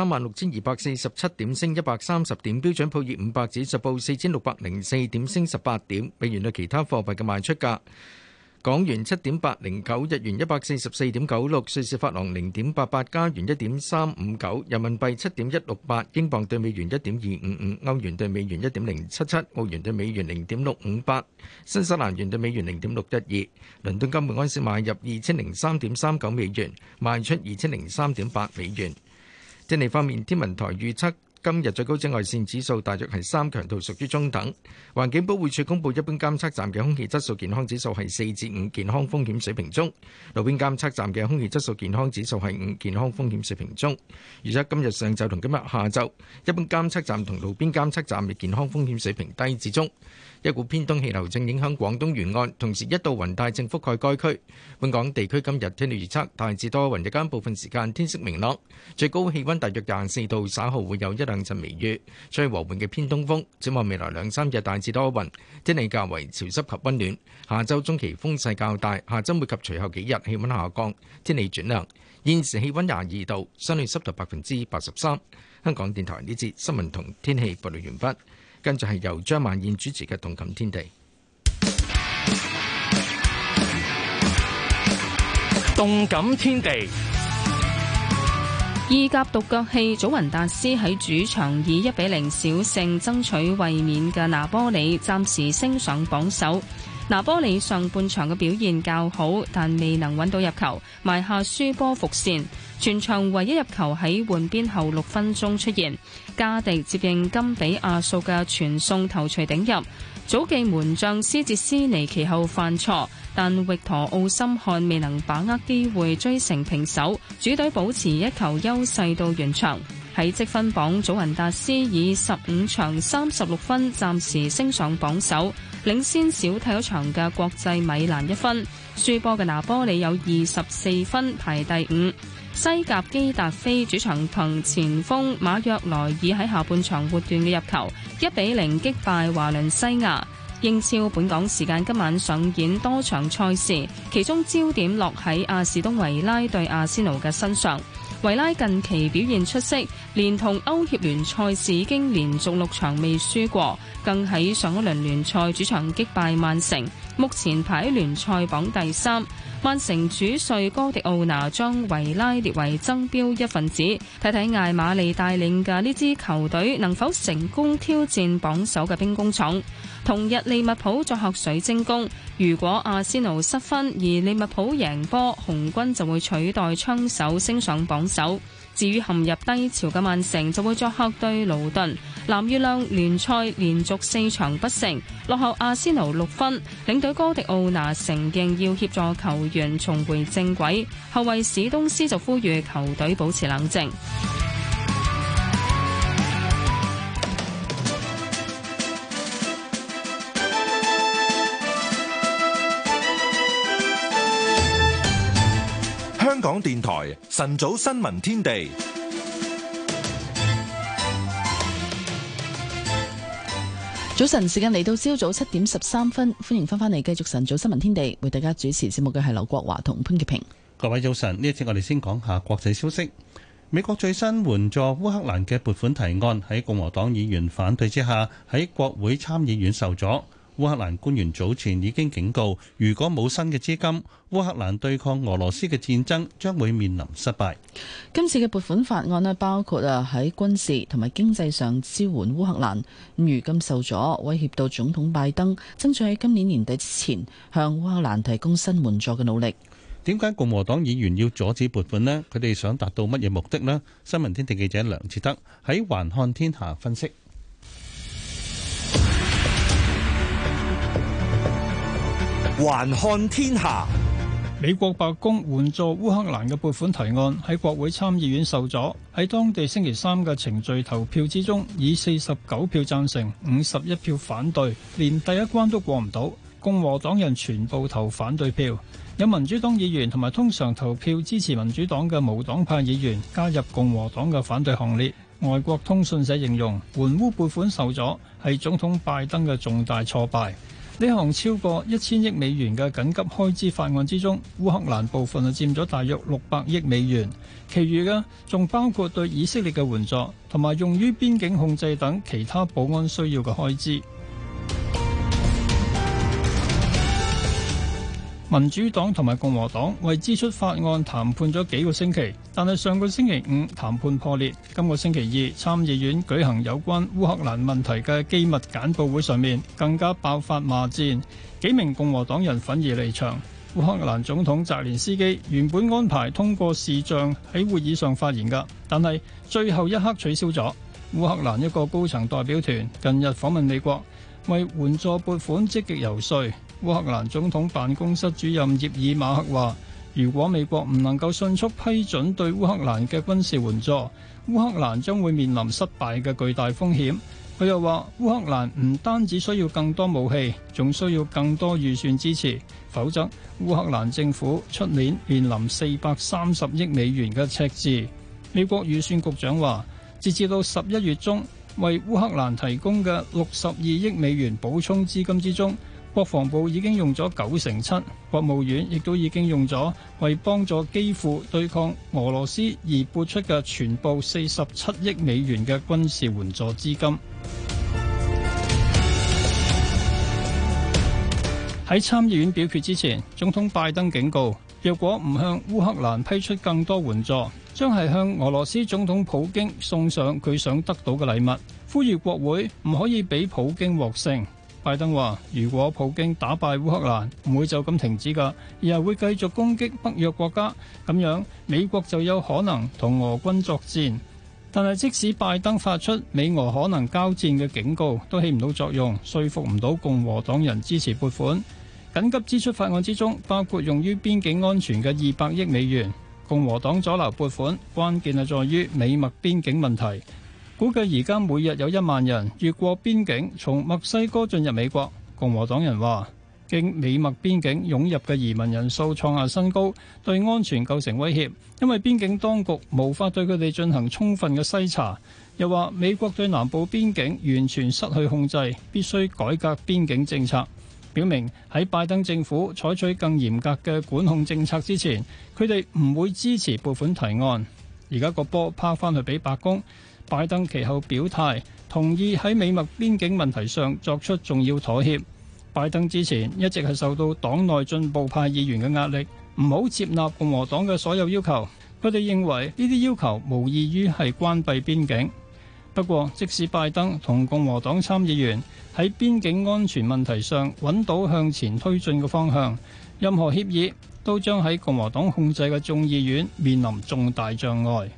36,247點，升130點；標準普爾500指數報4,604點，升18點。美元對其他貨幣嘅賣出價： 港元7.809，日元144.96，瑞士法郎0.88，加元1.359，人民幣7.168，英鎊對美元1.255，歐元對美元1.077，澳元對美元0.658，新西蘭元對美元0.612。倫敦金每安士買入2003.39美元，賣出2003.8美元。天氣方面，天文台預測今日最高紫外線指數大約係3，強度屬於中等。環境保護署公佈一般監測站嘅空氣質素健康指數係4至5，健康風險水平中；路邊監測站嘅空氣質素健康指數係5，健康風險水平中。預測今日上晝同今日下晝，一般監測站同路邊監測站嘅健康風險水平低至中。一股偏東氣流正影響廣東沿岸，同時一道雲帶正覆蓋該區。本港地區今日天氣預測大致多雲，日間部分時間天色明朗，最高氣溫大約24度，稍後會有一兩陣微雨，吹和緩嘅偏東風。展望未來2-3日大致多雲，天氣較為潮濕及溫暖。下週中期風勢較大，下週末及隨後幾日氣溫下降，天氣轉涼。現時氣溫22度，相對濕度83%。香港電台呢節新聞同天氣報道完畢。跟住係由張曼燕主持嘅《動感天地》。 動感天地， 意甲獨腳戲，祖雲達斯喺主場以1-0小勝，爭取衛冕嘅拿波里暫時升上榜首。拿波里上半場嘅表現較好，但未能揾到入球，埋下輸波伏線。全場唯一入球喺換邊後6分鐘出現，加迪接應金比亞素嘅傳送頭槌頂入。祖記門將斯捷斯尼其後犯錯，但域陀奧森漢未能把握機會追成平手，主隊保持1球優勢到完場。喺積分榜，祖雲達斯以15場36分暫時升上榜首，領先少踢一場嘅國際米蘭1分。輸波嘅拿波里有24分，排第5。西甲基達菲主場憑前鋒馬約萊爾喺下半場活斷嘅入球，1-0擊敗華倫西亞。英超本港時間今晚上演多場賽事，其中焦點落喺阿士東維拉對阿仙奴嘅身上。維拉近期表現出色，連同歐協聯賽事已經連續6場未輸過，更喺上一輪聯賽主場擊敗曼城，目前排喺聯賽榜第3。曼城主帥哥迪奧拿將維拉列為爭標一份子，睇睇艾馬利帶領嘅呢支球隊能否成功挑戰榜首嘅兵工廠。同日利物浦作客水晶宮，如果阿仙奴失分而利物浦贏波，紅軍就會取代槍手升上榜首。至於陷入低潮嘅曼城就會作客對盧頓。藍月亮聯賽連續4場不勝，落後阿仙奴6分。領隊哥迪奧拿承認要協助球員重回正軌，後衛史東斯就呼籲球隊保持冷靜。 香港電台晨早新聞天地， 早晨時間嚟到朝早7點13分，歡迎翻返嚟繼續晨早新聞天地，為大家主持節目嘅係劉國華同潘潔平。 各位早晨，呢一次我哋先講下國際消息。美國最新援助烏克蘭嘅撥款提案喺共和黨議員反對之下，喺國會參議院受阻。烏克蘭官員早前已經警告，如果冇新嘅資金，烏克蘭對抗俄羅斯嘅戰爭將會面臨失敗。 今次嘅撥款法案咧，包括喺軍事同埋經濟上支援烏克蘭，如今受阻，威脅到總統拜登爭取喺今年年底之前向烏克蘭提供新援助嘅努力。 點解共和黨議員要阻止撥款呢？佢哋想達到乜嘢目的呢？新聞天地記者梁志德喺環看天下分析。 環看天下， 美國白宮援助烏克蘭嘅撥款提案喺國會參議院受阻，喺當地星期三嘅程序投票之中，以49票贊成、51票反對，連第一關都過唔到。共和黨人全部投反對票，有民主黨議員同埋通常投票支持民主黨嘅無黨派議員加入共和黨嘅反對行列。外國通訊社形容援烏撥款受阻係總統拜登嘅重大挫敗。呢項超過1000億美元嘅緊急開支法案之中，烏克蘭部分佔咗大約600億美元，其餘嘅仲包括對以色列嘅援助同埋用於邊境控制等其他保安需要嘅開支。 民主黨同埋共和黨為支出法案談判咗幾個星期，但係上個星期五談判破裂。今個星期二參議院舉行有關烏克蘭問題嘅機密簡報會上面，更加爆發罵戰，幾名共和黨人憤而離場。烏克蘭總統澤連斯基原本安排通過視像喺會議上發言㗎，但係最後一刻取消咗。烏克蘭一個高層代表團近日訪問美國，為援助撥款積極游說。烏克蘭總統辦公室主任葉爾馬克話，如果美國唔能夠迅速批准對烏克蘭嘅軍事援助，烏克蘭將會面臨失敗嘅巨大風險。佢又話，烏克蘭唔單止需要更多武器，仲需要更多預算支持，否則烏克蘭政府出年面臨430億美元嘅赤字。美國預算局長話，截至到11月中，為烏克蘭提供嘅62億美元補充資金之中，國防部已經用咗7%，國務院亦都已經用咗為幫助基輔對抗俄羅斯而撥出嘅全部47億美元嘅軍事援助資金。喺參議院表決之前，總統拜登警告，若果唔向烏克蘭批出更多援助，將係向俄羅斯總統普京送上佢想得到嘅禮物，呼籲國會唔可以俾普京獲勝。拜登話，如果普京打敗烏克蘭，唔會就咁停止㗎，而係會繼續攻擊北約國家，咁樣美國就有可能同俄軍作戰。但係即使拜登發出美俄可能交戰嘅警告，都起唔到作用，說服唔到共和黨人支持撥款。緊急支出法案之中，包括用於邊境安全嘅200億美元。共和黨阻撓撥款，關鍵係在於美墨邊境問題。估計而家每日有1萬人越過邊境，從墨西哥進入美國。共和黨人話，經美墨邊境湧入嘅移民人數創下新高，對安全構成威脅，因為邊境當局無法對佢哋進行充分嘅篩查。又話美國對南部邊境完全失去控制，必須改革邊境政策。表明喺拜登政府採取更嚴格嘅管控政策之前，佢哋唔會支持撥款提案。而家個波拋翻去俾白宮。拜登其後表態，同意喺美墨邊境問題上作出重要妥協。拜登之前一直係受到黨內進步派議員嘅壓力，唔好接納共和黨嘅所有要求。佢哋認為呢啲要求無異於係關閉邊境。不過，即使拜登同共和黨參議員喺邊境安全問題上揾到向前推進嘅方向，任何協議都將喺共和黨控制嘅眾議院面臨重大障礙。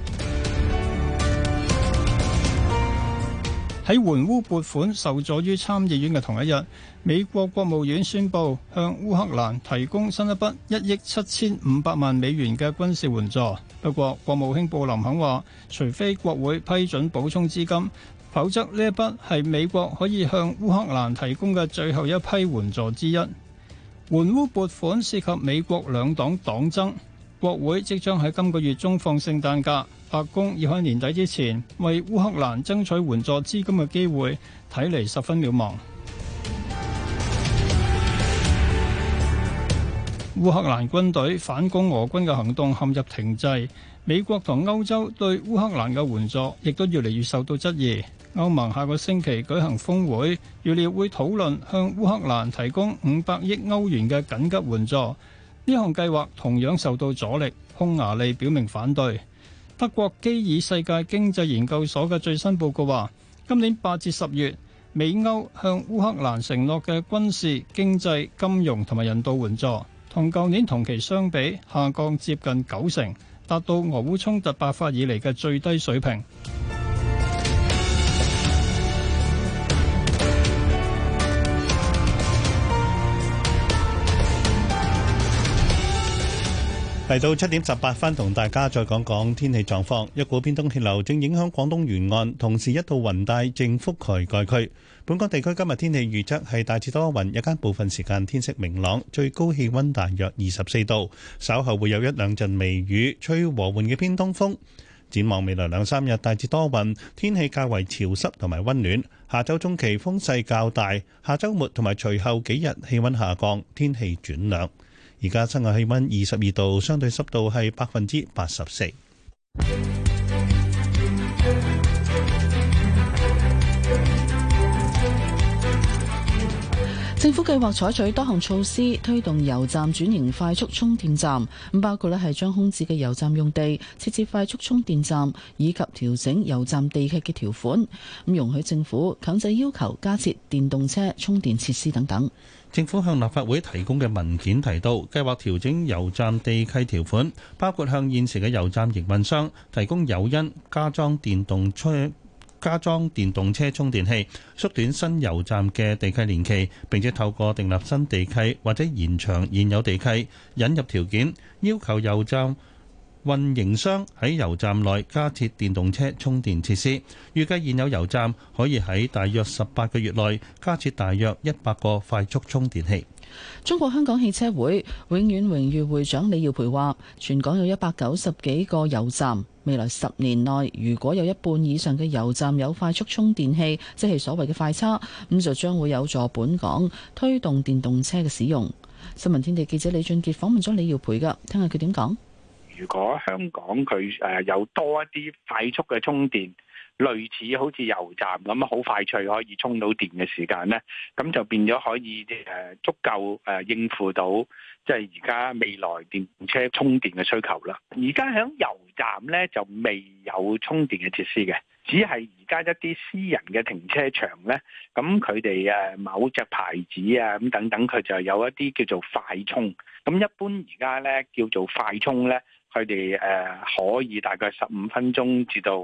喺援烏撥款受阻於參議院嘅同一日，美國國務院宣布向烏克蘭提供新一筆1億7500萬美元嘅軍事援助。不過，國務卿布林肯話，除非國會批准補充資金，否則呢一筆係美國可以向烏克蘭提供嘅最後一批援助之一。援烏撥款涉及美國兩黨黨爭，國會即將喺今個月中放聖誕假。白宮要喺年底之前為烏克蘭爭取援助資金嘅機會，睇嚟十分渺茫。烏克蘭軍隊反攻俄軍嘅行動陷入停滯，美國同歐洲對烏克蘭嘅援助亦都越嚟越受到質疑。歐盟下個星期舉行峰會，預料會討論向烏克蘭提供500億歐元嘅緊急援助。呢項計劃同樣受到阻力，匈牙利表明反對。德國基爾世界經濟研究所嘅最新報告話，今年8至10月，美歐向烏克蘭承諾嘅軍事、經濟、金融同埋人道援助，同舊年同期相比下降接近90%，達到俄烏衝突爆發以嚟嘅最低水平。 嚟到7點18分，同大家再講講天氣狀況。一股偏東氣流正影響廣東沿岸，同時一道雲帶正覆蓋該區。本港地區今日天氣預測係大致多雲，日間部分時間天色明朗，最高氣溫大約24度。稍後會有一兩陣微雨，吹和緩嘅偏東風。展望未來2-3日大致多雲，天氣較為潮濕同埋溫暖。下週中期風勢較大，下週末同埋隨後幾日氣溫下降，天氣轉涼。而家室外氣溫22度，相對濕度係84%。 正政府計劃採取多項措施推動油站轉型快速充電站，咁包括係將空置嘅油站用地設置快速充電站，以及調整油站地契嘅條款，咁容許政府強制要求加設電動車充電設施等等。 政府向立法會提供嘅文件提到，計劃調整油站地契條款，包括向現時嘅油站營運商提供誘因加裝電動車充電器，縮短新油站嘅地契年期，並且透過訂立新地契或者延長現有地契，引入條件，要求油站運營商喺油站內加設電動車充電設施。預計現有油站可以喺大約18個月內加設大約100個快速充電器。 中國香港汽車會永遠榮譽會長李耀培話，全港有190幾個油站，未來10年內如果有一半以上嘅油站有快速充電器，即係所謂嘅快叉，咁就將會有助本港推動電動車嘅使用。新聞天地記者李俊傑訪問咗李耀培㗎，聽下佢點講。 如果香港佢有多一啲快速嘅充電，類似好似油站咁好快脆可以充到電嘅時間呢，咁就變咗可以足夠應付到即係而家未來電動車充電嘅需求啦。而家喺油站呢，就未有充電嘅設施嘅，只係而家一啲私人嘅停車場呢，咁佢哋某隻牌子啊咁等等，佢就有一啲叫做快充。咁一般而家呢，叫做快充呢，佢哋可以大概15分鐘至到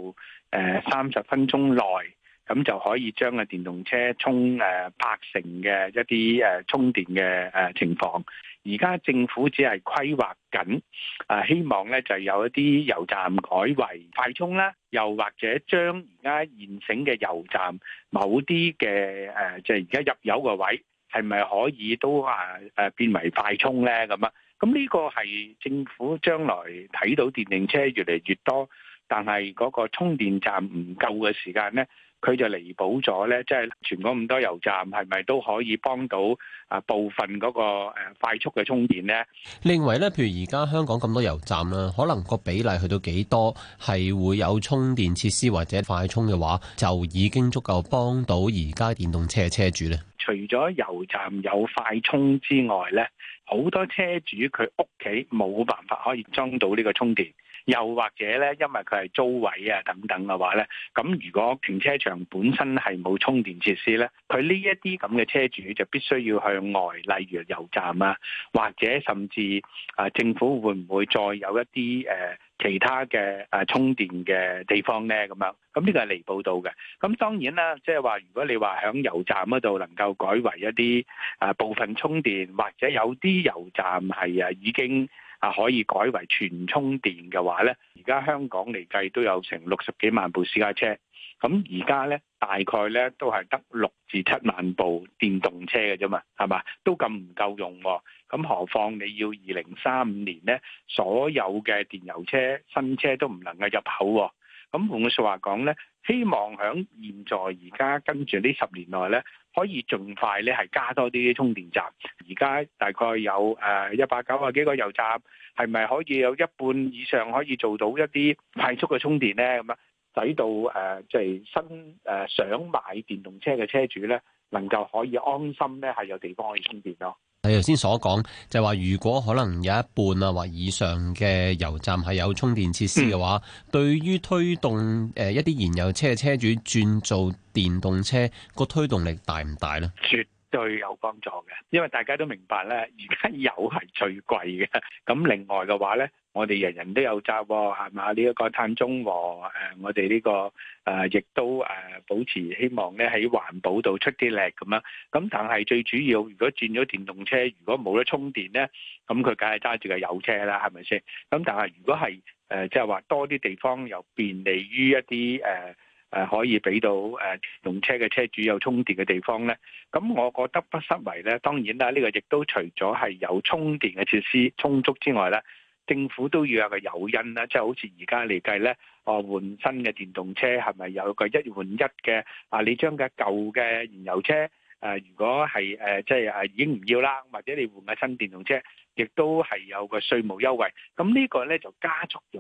30分鐘內，咁就可以將個電動車充8成嘅一啲充電嘅情況。而家政府只係規劃緊，希望咧就有一啲油站改為快充啦，又或者將而家現成嘅油站某啲嘅即係而家入油嘅位，係咪可以都變為快充咧？咁啊？咁呢個係政府將來睇到電動車越嚟越多，但係嗰個充電站唔夠嘅時間呢，佢就彌補咗呢，即係全港咁多油站係咪都可以幫到部分嗰個快速嘅充電呢？ 你認為呢，譬如而家香港咁多油站啦，可能個比例去到幾多係會有充電設施或者快充嘅話，就已經足夠幫到而家電動車嘅車主呢？ 除咗油站有快充之外呢，好多車主佢屋企冇辦法可以裝到呢個充電，又或者咧，因為佢係租位啊等等嘅話咧，咁如果停車場本身係冇充電設施咧，佢呢一啲咁嘅車主就必須要向外，例如油站啊，或者甚至政府會唔會再有一啲其他嘅充電嘅地方咧？咁樣，咁呢個係離譜到嘅。咁當然啦，即係話如果你話喺油站嗰度能夠改為一啲部分充電，或者有啲油站係已經可以改為全充電嘅話咧，而家香港嚟計都有成60幾萬部私家車，咁而家咧大概咧都係得6至7萬部電動車嘅啫嘛，係嘛？都咁唔夠用喎。咁何況你要2035年咧，所有嘅電油車新車都唔能夠入口喎。咁換句説話講咧，希望喺現在而家跟住呢10年內咧，可以盡快咧係加多啲充電站。而家大概有190幾個油站，係咪可以有一半以上可以做到一啲快速嘅充電咧？咁啊，使到即係新想買電動車嘅車主咧，能夠可以安心咧係有地方可以充電咯。 你頭先所講就係話，如果可能有一半啊或以上嘅油站係有充電設施嘅話，對於推動一啲燃油車嘅車主轉做電動車個推動力大唔大呢？ 絕對有幫助嘅，因為大家都明白咧，而家油係最貴嘅。咁另外嘅話咧，我哋人人都有責喎，係嘛？呢一個碳中和我哋呢個亦都保持希望咧喺環保度出啲力咁樣。咁但係最主要，如果轉咗電動車，如果冇得充電咧，咁佢梗係揸住個油車啦，係咪先？咁但係如果係即係話多啲地方又便利於一啲可以俾到電動車嘅車主有充電嘅地方咧，咁我覺得不失為咧。當然啦，呢個亦都除咗係有充電嘅設施充足之外咧，政府都要有個誘因啦，即係好似而家嚟計咧，換新嘅電動車係咪有個1換1嘅？你將嘅舊嘅燃油車如果係即係已經唔要啦，或者你換個新電動車，亦都係有個稅務優惠。咁呢個咧就加速咗咧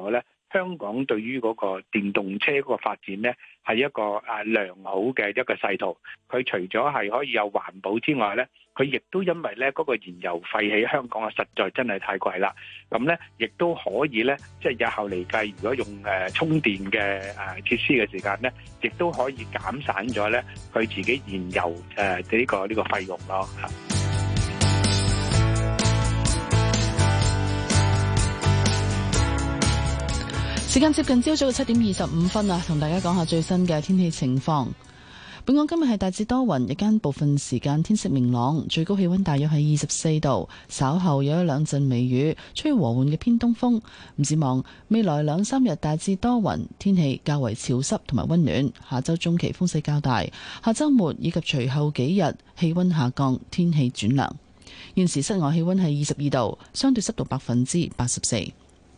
香港對於嗰個電動車嗰個發展呢，係一個良好嘅一個勢頭。佢除咗係可以有環保之外呢，佢亦都因為呢嗰個燃油費喺香港啊，實在真係太貴啦。咁呢，亦都可以呢，即係日後嚟計，如果用充電嘅設施嘅時間呢，亦都可以減省咗呢佢自己燃油呢個費用咯嚇。 時間接近朝早嘅7:25啊，同大家講下最新嘅天氣情況。本港今日係大致多雲，日間部分時間天色明朗，最高氣溫大約係24度。稍後有一兩陣微雨，吹和緩嘅偏東風。唔指望未來2-3日大致多雲，天氣較為潮濕同埋溫暖。下周中期風勢較大，下周末以及隨後幾日氣溫下降，天氣轉涼。現時室外氣溫係22度，相對濕度84%。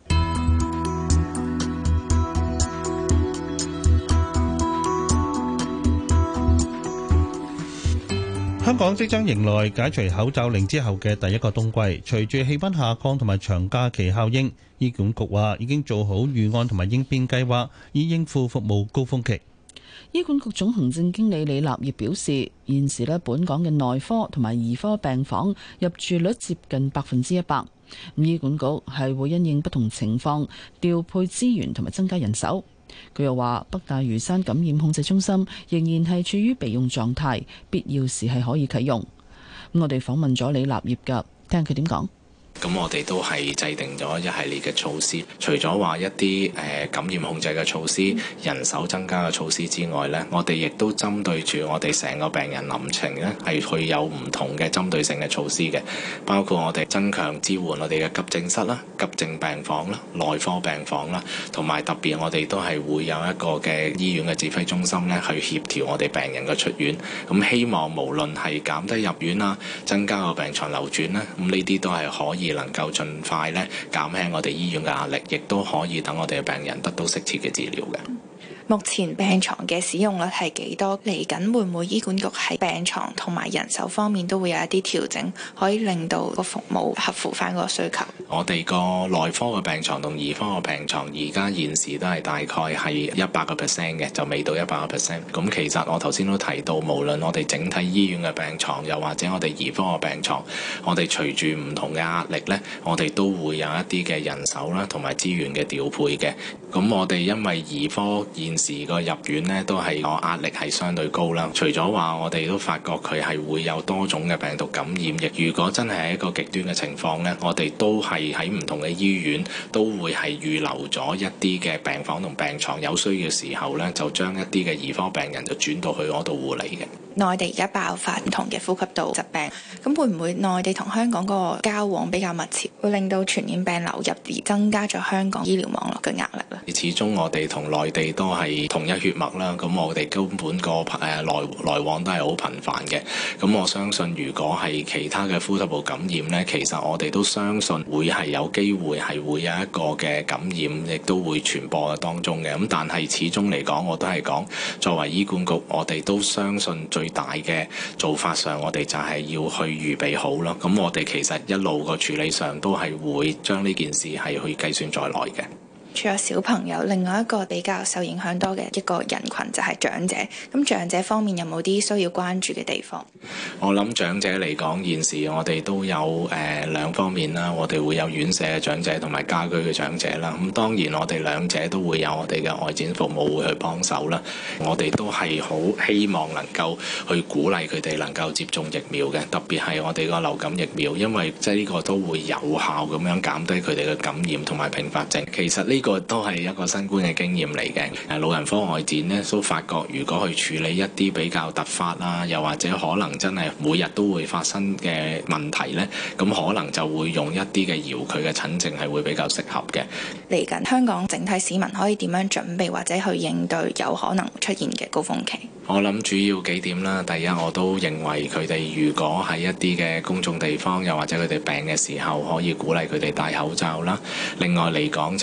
香港即將迎來解除口罩令之後嘅第一個冬季，隨住氣溫下降同埋長假期效應，醫管局話已經做好預案同埋應變計劃，以應付服務高峰期。 醫管局總行政經理李立業表示，現時本港嘅內科同埋兒科病房入住率接近100%。咁醫管局係會因應不同情況調配資源同埋增加人手。佢又話，北大嶼山感染控制中心仍然係處於備用狀態，必要時係可以啟用。咁我哋訪問咗李立業㗎，聽佢點講。 咁我哋都係制定咗一系列嘅措施，除咗話一啲感染控制嘅措施、人手增加嘅措施之外呢，我哋亦都針對住我哋成個病人臨程呢，係去有唔同嘅針對性嘅措施嘅，包括我哋增強支援我哋嘅急症室啦、急症病房啦、內科病房啦，同埋特別我哋都係會有一個嘅醫院嘅指揮中心呢，去協調我哋病人嘅出院。咁希望無論係減低入院啦、增加個病床流轉啦，咁呢啲都係可以能夠盡快咧減輕我哋醫院嘅壓力，亦都可以等我哋嘅病人得到適切嘅治療嘅。 目前病床嘅使用率係幾多？嚟緊會唔會醫管局喺病床同埋人手方面都會有一啲調整，可以令到個服務合乎翻個需求？ 我哋個內科嘅病床同兒科嘅病床而家現時都係大概係100%嘅，就未到100%。咁其實我頭先都提到，無論我哋整體醫院嘅病床，又或者我哋兒科嘅病床，我哋隨住唔同嘅壓力呢，我哋都會有一啲嘅人手啦，同埋資源嘅調配嘅。咁我哋因為兒科現時個入院呢都係個壓力係相對高啦。除咗話我哋都發覺佢係會有多種嘅病毒感染，亦如果真係一個極端嘅情況呢，我哋都係喺唔同嘅醫院都會係預留咗一啲嘅病房同病床，有需要嘅時候呢，就將一啲嘅兒科病人就轉到去嗰度護理嘅。 內地而家爆發唔同嘅呼吸道疾病，咁會唔會內地同香港嗰個交往比較密切，會令到傳染病流入而增加咗香港醫療網絡嘅壓力呢？ 始終我哋同內地都係同一血脈啦，咁我哋根本個來往都係好頻繁嘅。咁我相信，如果係其他嘅呼吸道感染呢，其實我哋都相信會係有機會係會有一個嘅感染，亦都會傳播嘅當中嘅。咁但係始終嚟講，我都係講作為醫管局，我哋都相信最大嘅做法上，我哋就係要去預備好啦。咁我哋其實一路個處理上都係會將呢件事係去計算在內嘅。 除咗小朋友，另外一個比較受影響多嘅一個人群就係長者。咁長者方面有冇啲需要關注嘅地方？ 我諗長者嚟講，現時我哋都有兩方面啦，我哋會有院舍嘅長者同埋家居嘅長者啦。咁當然我哋兩者都會有我哋嘅外展服務會去幫手啦。我哋都係好希望能夠去鼓勵佢哋能夠接種疫苗嘅，特別係我哋個流感疫苗，因為即係呢個都會有效咁樣減低佢哋嘅感染同埋併發症。其實呢個都係一個新冠嘅經驗嚟嘅。老人科外展呢，都發覺如果去處理一啲比較突發啦，又或者可能真係每日都會發生嘅問題呢，咁可能就會用一啲嘅遙距嘅診症係會比較適合嘅。 嚟緊香港整體市民可以點樣準備或者去應對有可能出現嘅高峰期？ 我諗主要幾點啦。第一，我都認為佢哋如果喺一啲嘅公眾地方，又或者佢哋病嘅時候，可以鼓勵佢哋戴口罩啦。另外嚟講就係由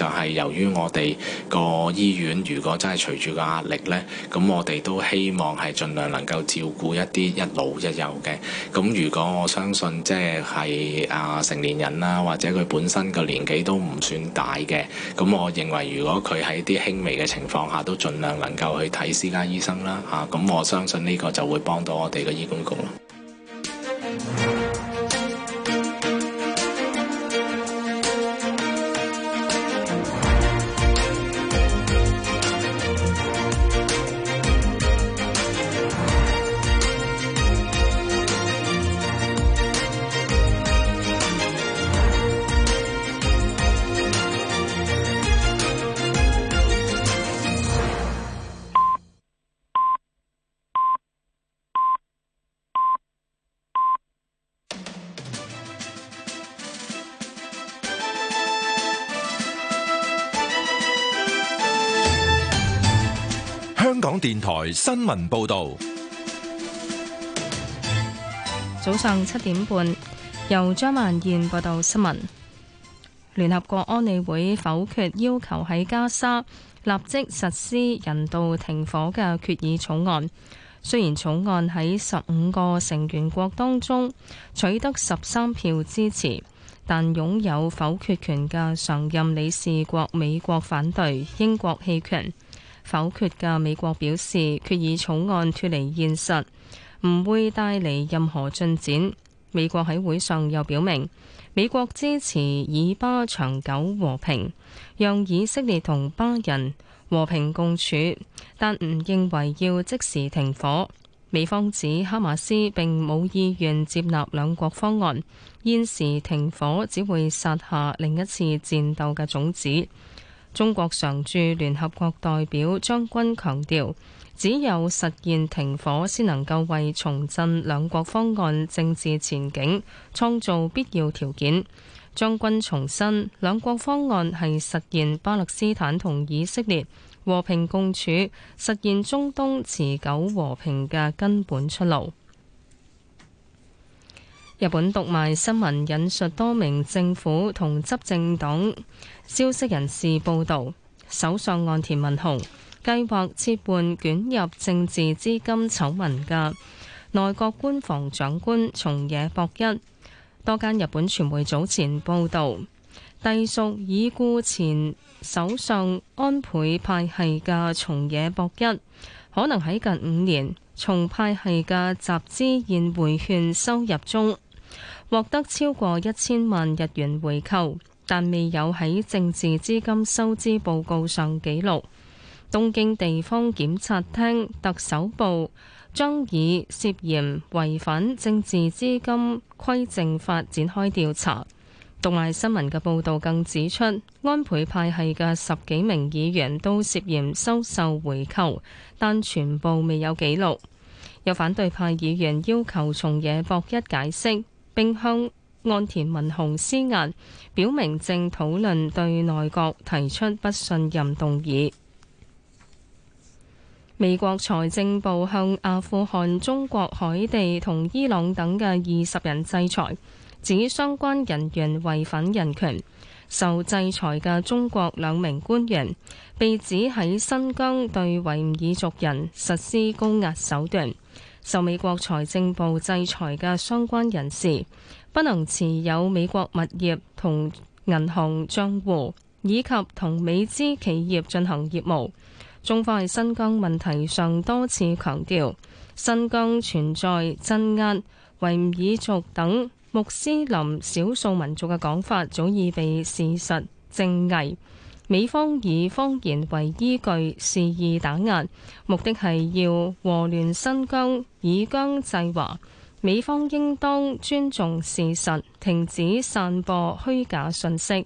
由於我哋個醫院如果真係隨住個壓力呢，咁我哋都希望係盡量能夠照顧一啲一老一幼嘅。咁如果我相信即係成年人啦，或者佢本身個年紀都唔算大嘅，咁我認為如果佢喺啲輕微嘅情況下，都盡量能夠去睇私家醫生啦嚇。咁我相信呢個就會幫到我哋嘅醫管局咯。 香港電台新聞報道， 早上7點半，由張曼燕報道新聞。聯合國安理會否決要求喺加沙立即實施人道停火嘅決議草案。雖然草案喺15個成員國當中取得13票支持，但擁有否決權嘅常任理事國美國反對，英國棄權。否決嘅美國表示，決議草案脫離現實，唔會帶嚟任何進展。美國喺會上又表明，美國支持以巴長久和平，讓以色列同巴人和平共處，但唔認為要即時停火。美方指哈馬斯並冇意願接納兩國方案，現時停火只會撒下另一次戰鬥嘅種子。中國常駐聯合國代表張軍強調，只有實現停火，先能夠為重振兩國方案政治前景創造必要條件。張軍重申，兩國方案係實現巴勒斯坦同以色列和平共處，實現中東持久和平嘅根本出路。日本讀賣新聞引述多名政府同執政黨消息人士報道，首相岸田文雄計劃撤換捲入政治資金醜聞嘅內閣官房長官松野博一。多間日本傳媒早前報道，隸屬已故前首相安倍派系嘅松野博一，可能喺近5年從派系嘅集資宴會券收入中獲得超過1000萬日元回扣，但未有喺政治資金收支報告上記錄。東京地方檢察廳特首部將以涉嫌違反政治資金規正法展開調查。讀賣新聞嘅報導更指出，安倍派系嘅10幾名議員都涉嫌收受回扣，但全部未有記錄。有反對派議員要求松野博一解釋，並向岸田文雄施壓，表明正討論對內閣提出不信任動議。美國財政部向阿富汗、中國海地同伊朗等嘅20人制裁，指相關人員違反人權。受制裁嘅中國2名官員被指喺新疆對維吾爾族人實施高壓手段。受美國財政部制裁嘅相關人士不能持有美國物業同銀行帳戶，以及同美資企業進行業務。中方喺新疆問題上多次強調，新疆存在鎮壓維吾爾族等穆斯林少數民族嘅講法早已被事實證偽。美方以謊言為依據肆意打壓，目的係要禍亂新疆，以疆制華。美方應當尊重事實，停止散播虛假信息。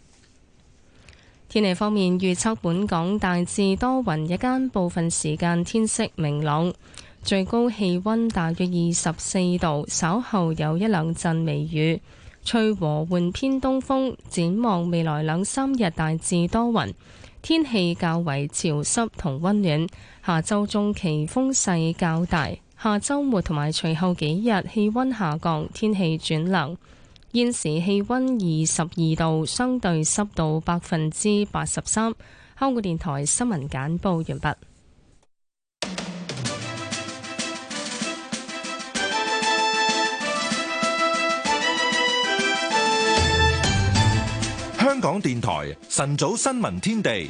天氣方面，預測本港大致多雲，日間部分時間天色明朗，最高氣溫大約24度，稍後有1-2陣微雨。吹和緩偏東風，展望未來2-3日大致多雲，天氣較為潮濕同溫暖。下周中期風勢較大，下周末同埋隨後幾日氣溫下降，天氣轉涼。 現時氣溫22度，相對濕度83%。香港電台新聞簡報完畢。 香港電台晨早新聞天地。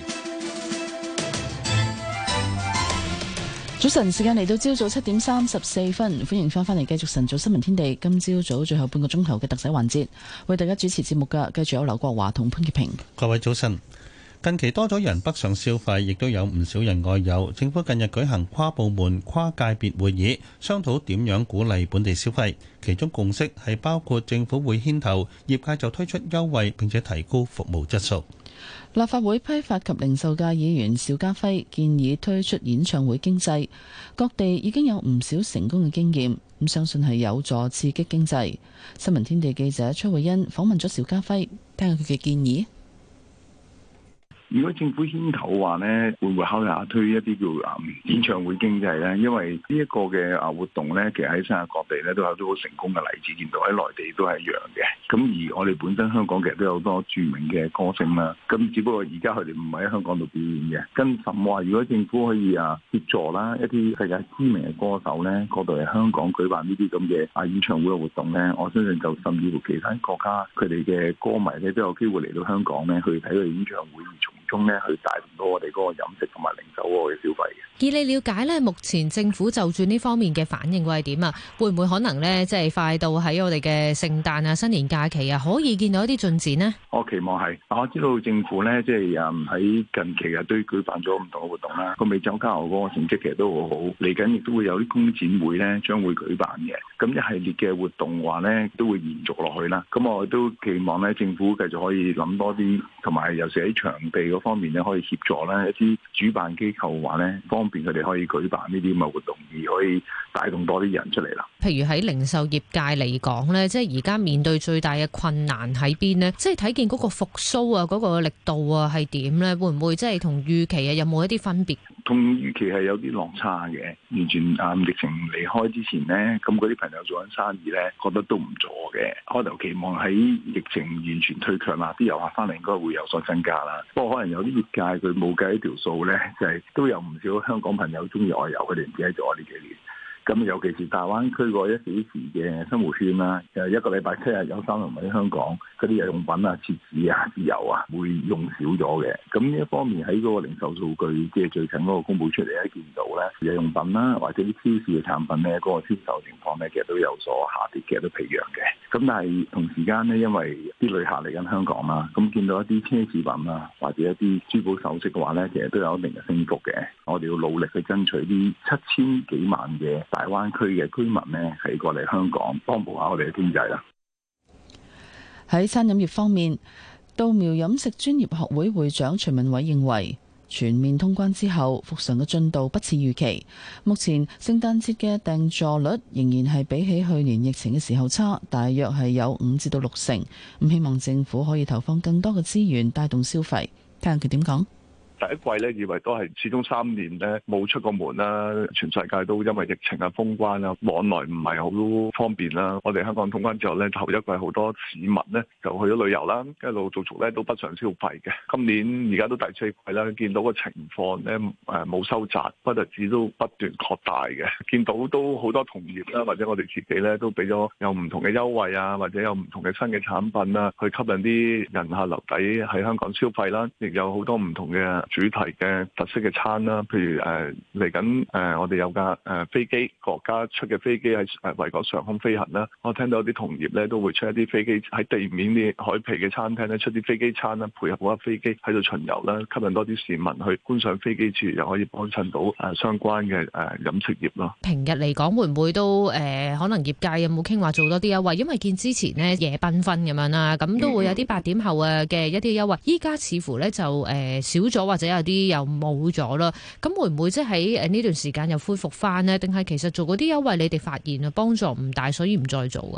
早晨，時間嚟到朝早7點34分，歡迎翻嚟繼續晨早新聞天地。今朝早最後半個鐘頭嘅特寫環節，為大家主持節目嘅繼續有劉國華同潘潔平。 各位早晨。近期多咗人北上消費，亦都有唔少人外遊。政府近日舉行跨部門、跨界別會議，商討點樣鼓勵本地消費。其中共識係包括政府會牽頭，業界就推出優惠，並且提高服務質素。 立法會批發及零售界議員邵家輝建議推出演唱會經濟，各地已經有唔少成功嘅經驗，咁相信係有助刺激經濟。新聞天地記者崔慧欣訪問咗邵家輝，聽下佢嘅建議。 如果政府牽頭嘅話呢，會唔會考慮下推一啲叫演唱會經濟呢？因為呢一個嘅活動呢，其實喺世界各地呢都有啲好成功嘅例子，見到喺內地都係一樣嘅。咁而我哋本身香港其實都有好多著名嘅歌星啦。咁只不過而家佢哋唔係喺香港度表演嘅。更甚話，如果政府可以協助啦一啲世界知名嘅歌手呢，嗰度喺香港舉辦呢啲咁嘅演唱會嘅活動呢，我相信就甚至乎其他國家佢哋嘅歌迷呢都有機會嚟到香港呢去睇佢演唱會，而從中呢去帶動到我哋嗰個飲食同埋零售嗰個嘅消費嘅。 以你了解呢，目前政府就住呢方面嘅反應會係點啊？會唔會可能呢，即係快到喺我哋嘅聖誕啊、新年假期啊，可以見到一啲進展呢？ 我期望係，我知道政府呢，即係喺近期都舉辦咗唔同嘅活動啦。個美酒佳餚嗰個成績其實都好好，嚟緊亦都會有啲工展會呢將會舉辦嘅。咁一系列嘅活動話呢，都會延續落去啦。咁我都期望呢，政府繼續可以諗多啲，同埋尤其喺場地嗰方面呢，可以協助呢一啲主辦機構話呢，方便佢哋可以舉辦呢啲咁嘅活動，而可以帶動多啲人出嚟啦。 譬如喺零售業界嚟講呢，即係而家面對最大嘅困難喺邊呢？即係睇見嗰個復甦啊，嗰個力度啊係點呢？會唔會即係同預期啊有冇一啲分別？ 同預期係有啲落差嘅，完全疫情離開之前呢，咁嗰啲朋友做緊生意呢，覺得都唔錯嘅。開頭期望喺疫情完全退卻啦，啲遊客翻嚟應該會有所增加啦。不過可能有啲業界佢冇計一條數呢，就係都有唔少香港朋友中意外遊，佢哋唔記得咗呢幾年。咁尤其是大灣區個1小時嘅生活圈啦，一個禮拜7日有3日喺香港，嗰啲日用品啊、設施啊、豉油啊，會用少咗嘅。咁呢一方面喺嗰個零售數據，即係最近嗰個公佈出嚟咧，見到咧日用品啦，或者啲超市嘅產品咧，嗰個銷售情況咧，其實都有所下跌嘅，都疲弱嘅。咁但係同時間咧，因為啲旅客嚟緊香港啦，咁見到一啲奢侈品啊，或者一啲珠寶首飾嘅話咧，其實都有一定嘅升幅嘅。我哋要努力去爭取啲7000幾萬嘅大灣區嘅居民呢，係過嚟香港幫補下我哋嘅經濟啦。 喺餐飲業方面，稻苗飲食專業學會會長徐文偉認為，全面通關之後，復常嘅進度不似預期。目前聖誕節嘅訂座率仍然係比起去年疫情嘅時候差，大約係有5至6成。咁希望政府可以投放更多嘅資源帶動消費。聽下佢點講。 第一季咧，以為都係始終3年咧冇出過門啦，全世界都因為疫情啊封關啦，往來唔係好方便啦。我哋香港通關之後咧，頭一季好多市民咧就去咗旅遊啦，一路續續咧都北上消費嘅。今年而家都第4季啦，見到個情況咧冇收窄，不特止都不斷擴大嘅。見到都好多同業啦，或者我哋自己咧都俾咗有唔同嘅優惠啊，或者有唔同嘅新嘅產品啦，去吸引啲人客留底喺香港消費啦，亦有好多唔同嘅主題嘅特色嘅餐啦，譬如嚟緊我哋有架飛機，國家出嘅飛機喺維港上空飛行啦。我聽到啲同業咧都會出一啲飛機喺地面啲海皮嘅餐廳咧出啲飛機餐啦，配合嗰架飛機喺度巡遊啦，吸引多啲市民去觀賞飛機之餘，又可以幫襯到相關嘅飲食業咯。 平日嚟講會唔會都可能業界有冇傾話做多啲優惠？因為見之前呢夜繽紛咁樣啦，咁都會有啲8點後嘅一啲優惠，依家似乎咧就少咗或者有啲又冇咗啦，咁會唔會即係喺呢段時間又恢復翻呢？定係其實做嗰啲優惠，你哋發現啊幫助唔大，所以唔再做㗎嘛？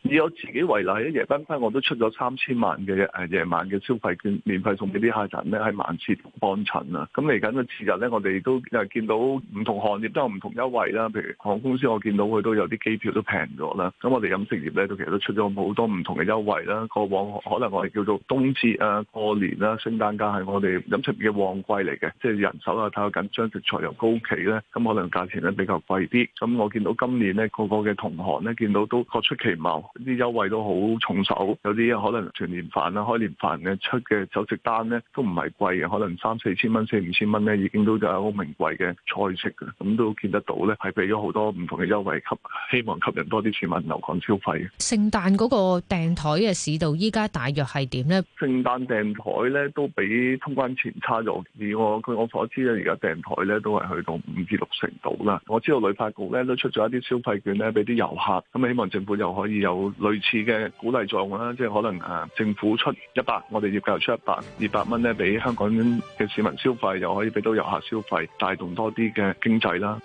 以我自己為例，喺夜繽紛我都出咗3000萬嘅夜晚嘅消費券，免費送俾啲客人咧喺晚市幫襯啊。咁嚟緊嘅節日咧，我哋都見到唔同行業都有唔同優惠啦。譬如航空公司，我見到佢都有啲機票都平咗啦。咁我哋飲食業咧，都其實都出咗好多唔同嘅優惠啦。過往可能我哋叫做冬節啊、過年啦、聖誕假係我哋飲食業嘅旺季嚟嘅，即係人手啊太過緊張，食材又高企咧，咁可能價錢咧比較貴啲。咁我見到今年咧個嘅同行咧，見到都各出奇謀，啲優惠都好重手。有啲可能團年飯啦、開年飯嘅出嘅酒席單咧都唔係貴嘅，可能3-4千蚊、4-5千蚊咧已經都有好名貴嘅菜式嘅，咁都見得到咧係俾咗好多唔同嘅優惠，希望吸引多啲市民留港消費。 聖誕嗰個訂台嘅市道依家大約係點呢？ 聖誕訂台咧都比通關前差咗，據我所知咧，而家訂台咧都係去到5至6成度啦。我知道旅發局咧都出咗一啲消費券咧俾啲遊客，咁希望政府又可以有類似嘅鼓勵作用啦，即係可能政府出100，我哋業界又出200蚊咧俾香港嘅市民消費，又可以俾到遊客消費，帶動多啲嘅經濟啦。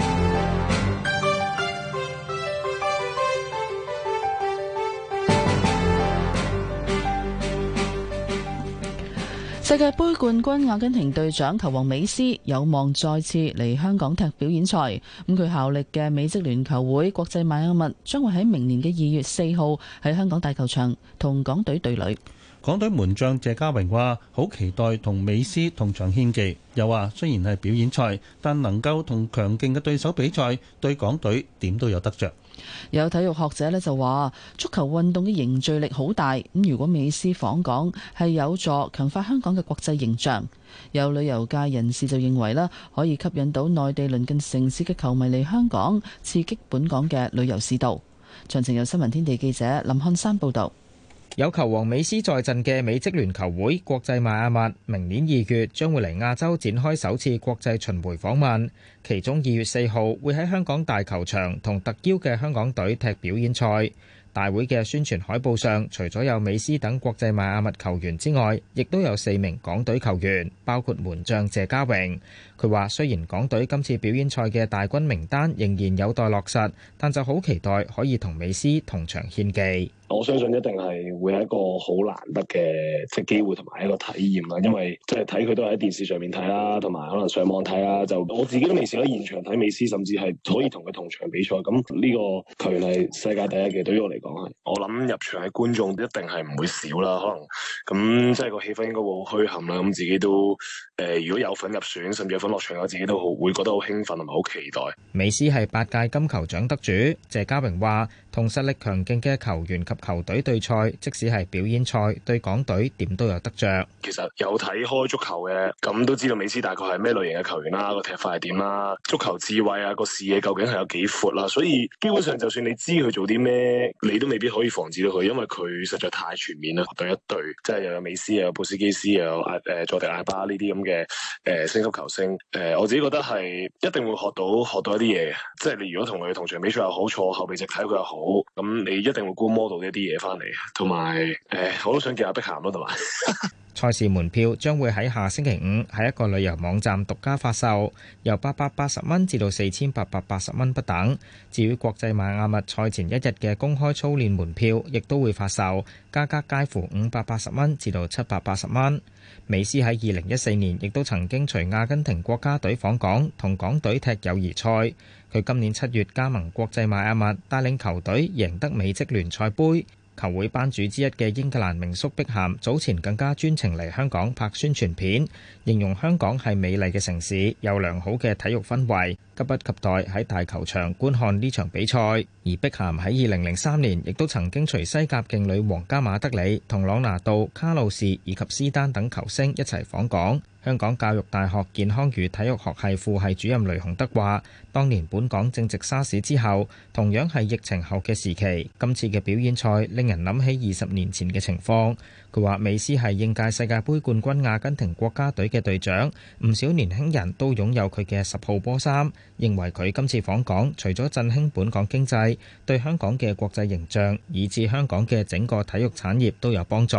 世界盃冠軍阿根廷隊長球王美斯有望再次嚟香港踢表演賽。咁佢效力嘅美職聯球會國際邁阿密將會喺明年嘅2月4號喺香港大球場同港隊對壘。 港隊門將謝家榮話：好期待同美斯同場獻技。又話雖然係表演賽，但能夠同強勁嘅對手比賽，對港隊點都有得着。 有體育學者呢就話，足球運動嘅凝聚力好大，咁如果美斯訪港係有助強化香港嘅國際形象。有旅遊界人士就認為啦，可以吸引到內地鄰近城市嘅球迷嚟香港，刺激本港嘅旅遊市道。詳情由新聞天地記者林漢山報導。 有球王美斯在陣嘅美職聯球會國際邁阿密，明年2月將會嚟亞洲展開首次國際巡迴訪問，其中2月4號會喺香港大球場同特邀嘅香港隊踢表演賽。大會嘅宣傳海報上，除咗有美斯等國際邁阿密球員之外，亦都有4名港隊球員，包括門將謝家榮。佢話雖然港隊今次表演賽嘅大軍名單仍然有待落實，但就好期待可以同美斯同場獻技。 我相信一定係會係一個好難得嘅機會同埋一個體驗啦，因為即係睇佢都係喺電視上面睇啦，同埋可能上網睇啦。就我自己都未試過現場睇美斯，甚至係可以同佢同場比賽。咁呢個球員係世界第一嘅，對於我嚟講係。我諗入場嘅觀眾一定係唔會少啦，可能咁即係個氣氛應該會好墟冚啦。咁自己都如果有份入選，甚至有份落場，我自己都會覺得好興奮同埋好期待。 美斯係8屆金球獎得主，謝家榮話：同實力強勁嘅球員及球隊對賽，即使係表演賽，對港隊點都有得着。 其實有睇開足球嘅，咁都知道美斯大概係咩類型嘅球員啦，個踢法係點啦，足球智慧啊，個視野究竟係有幾闊啦。所以基本上就算你知佢做啲咩，你都未必可以防止到佢，因為佢實在太全面啦。對一隊，即係又有美斯，又有布斯基斯，又有佐迪亞巴呢啲咁嘅星級球星。我自己覺得係一定會學到一啲嘢嘅。即係你如果同佢同場比賽又好，坐後備席睇佢又好，咁你一定會觀摩到一啲嘢翻嚟。同埋我都想見下碧咸咯，同埋賽事門票將會喺下星期5喺一個旅遊網站獨家發售，由880蚊至到4880蚊不等。至於國際邁阿密賽前1日嘅公開操練門票，亦都會發售，價格介乎580蚊至到780蚊。美斯喺2014年亦都曾經隨阿根廷國家隊訪港，同港隊踢友誼賽。佢今年7月加盟國際邁阿密，帶領球隊贏得美職聯賽盃。球會班主之一嘅英格蘭名宿碧咸早前更加專程嚟香港拍宣傳片，形容香港係美麗嘅城市，有良好嘅體育氛圍，急不及待喺大球場觀看呢場比賽。而碧咸喺2003年亦都曾經隨西甲勁旅皇家馬德里同朗拿度、卡路士以及斯丹等球星一齊訪港。香港教育大學健康與體育學系副系主任雷洪德話，當年本港正值沙士之後，同樣係疫情後嘅時期，今次嘅表演賽令人諗起20年前嘅情況。佢話美斯係應屆世界盃冠軍阿根廷國家隊嘅隊長，唔少年輕人都擁有佢嘅10號波衫，認為佢今次訪港除咗振興本港經濟，對香港嘅國際形象以至香港嘅整個體育產業都有幫助。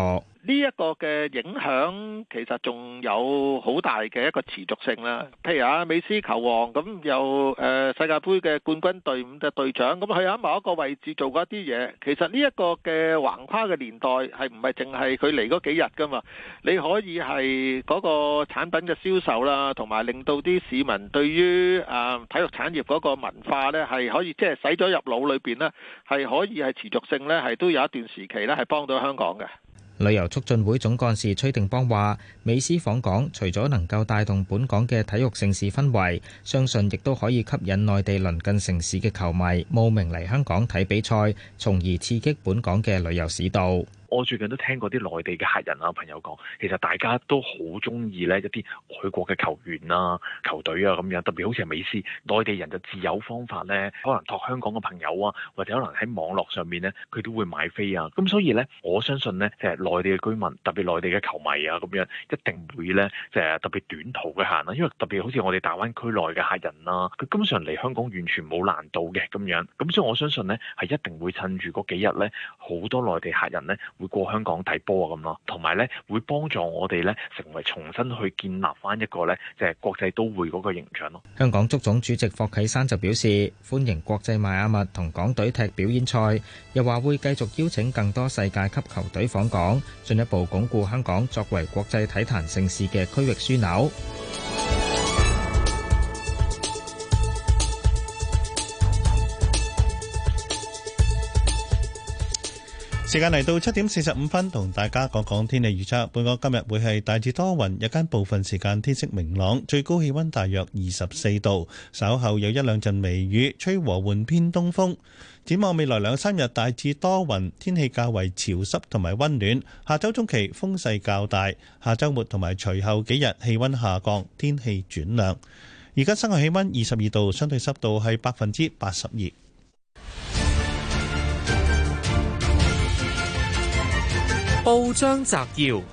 呢一個嘅影響其實仲有好大嘅一個持續性啦。譬如美斯球王咁，有世界盃嘅冠軍隊伍嘅隊長，咁佢喺某一個位置做過一啲嘢。其實呢一個嘅橫跨嘅年代係唔係淨係佢嚟嗰幾日㗎嘛？你可以係嗰個產品嘅銷售啦，同埋令到啲市民對於體育產業嗰個文化呢，係可以即係洗咗入腦裏邊呢，係可以係持續性呢，係都有一段時期呢，係幫到香港嘅。 旅遊促進會總幹事崔定邦話，美斯訪港除咗能夠帶動本港嘅體育盛事氛圍，相信亦都可以吸引內地鄰近城市嘅球迷慕名嚟香港睇比賽，從而刺激本港嘅旅遊市道。 我最近都聽過啲內地嘅客人啊朋友講，其實大家都好中意呢一啲外國嘅球員啊、球隊啊咁樣，特別好似係美斯，內地人就自有方法呢，可能託香港嘅朋友啊，或者可能喺網絡上面呢，佢都會買飛啊。咁所以呢，我相信呢，就係內地嘅居民，特別內地嘅球迷啊咁樣，一定會呢，就係特別短途嘅客人啦。因為特別好似我哋大灣區內嘅客人啦，佢根本上嚟香港完全冇難度嘅咁樣。咁所以我相信呢，係一定會趁住嗰幾日呢，好多內地客人呢，會過香港睇波啊咁咯，同埋咧會幫助我哋咧成為重新去建立翻一個咧即係國際都會嗰個形象咯。 香港足總主席霍啟山就表示歡迎國際邁阿密同港隊踢表演賽，又話會繼續邀請更多世界級球隊訪港，進一步鞏固香港作為國際體壇盛事嘅區域樞紐。 時間嚟到7:45，同大家講講天氣預測。本港今日會係大致多雲，日間部分時間天色明朗，最高氣溫大約24度。稍後有一兩陣微雨，吹和緩偏東風。展望未來兩三日大致多雲，天氣較為潮濕同埋溫暖。下周中期風勢較大，下周末同埋隨後幾日氣溫下降，天氣轉涼。而家室外氣溫22度，相對濕度係82%。 報章摘要：《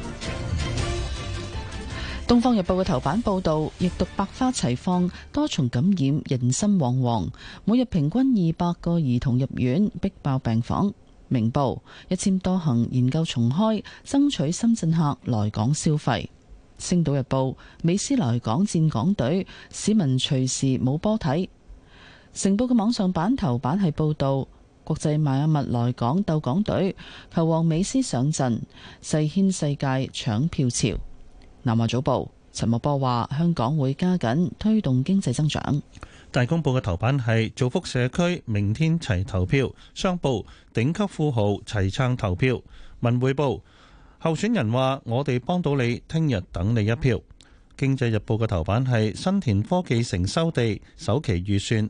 東方日報》嘅頭版報道，疫毒百花齊放，多重感染，人心惶惶。每日平均200個兒童入院，逼爆病房。明報一簽多行研究重開，爭取深圳客來港消費。星島日報美斯來港戰港隊，市民隨時冇波睇。成報嘅網上版頭版係報道。國際邁阿密來港鬥港隊，球王美斯上陣，勢牽世界搶票潮。南華早報陳茂波話：香港會加緊推動經濟增長。 大公報嘅頭版係造福社區，明天齊投票。商報頂級富豪齊撐投票。文匯報候選人話：我哋幫到你，聽日等你一票。經濟日報嘅頭版係新田科技城收地，首期預算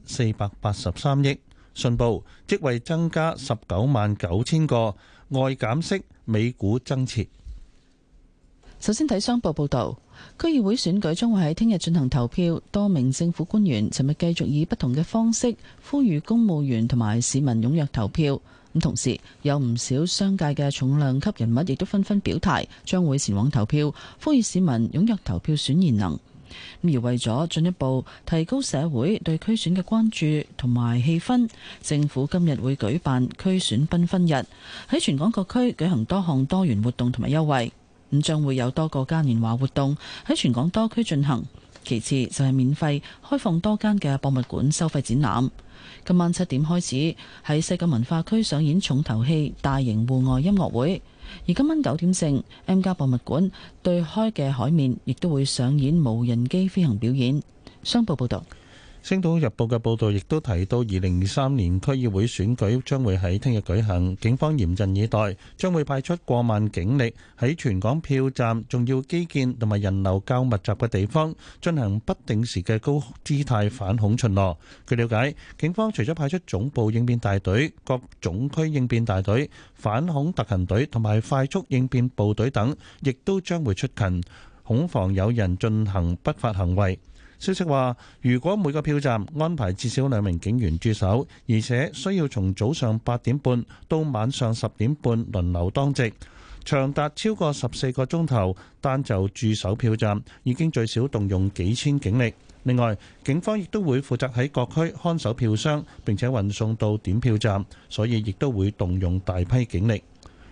483億。信報職位增加199000個，外減息，美股增設。 首先睇商報報導，區議會選舉將會喺聽日進行投票。多名政府官員尋日繼續以不同嘅方式呼籲公務員同埋市民踴躍投票。咁同時有唔少商界嘅重量級人物亦都紛紛表態，將會前往投票，呼籲市民踴躍投票選賢能。而為咗進一步提高社會對區選嘅關注同埋氣氛，政府今日會舉辦區選繽紛日，喺全港各區舉行多項多元活動同埋優惠。咁將會有多個嘉年華活動喺全港多區進行。其次就係免費開放多間嘅博物館收費展覽。今晚7點開始喺西九文化區上演重頭戲大型戶外音樂會。而今晚9點正 M+ 博物館對開嘅海面亦都會上演無人機飛行表演。商報報道。 《星島日報》嘅報導亦都提到，2023年區議會選舉將會喺聽日舉行，警方嚴陣以待，將會派出過萬警力喺全港票站、重要基建同埋人流較密集嘅地方進行不定時嘅高姿態反恐巡邏。據了解，警方除咗派出總部應變大隊、各總區應變大隊、反恐特勤隊同埋快速應變部隊等，亦都將會出勤，恐防有人進行不法行為。消息話，如果每個票站安排至少2名警員駐守，而且需要從早上8點半到晚上10點半輪流當值，長達超過14個鐘頭，單就駐守票站已經最少動用幾千警力。另外，警方亦都會負責喺各區看守票箱，並且運送到點票站，所以亦都會動用大批警力。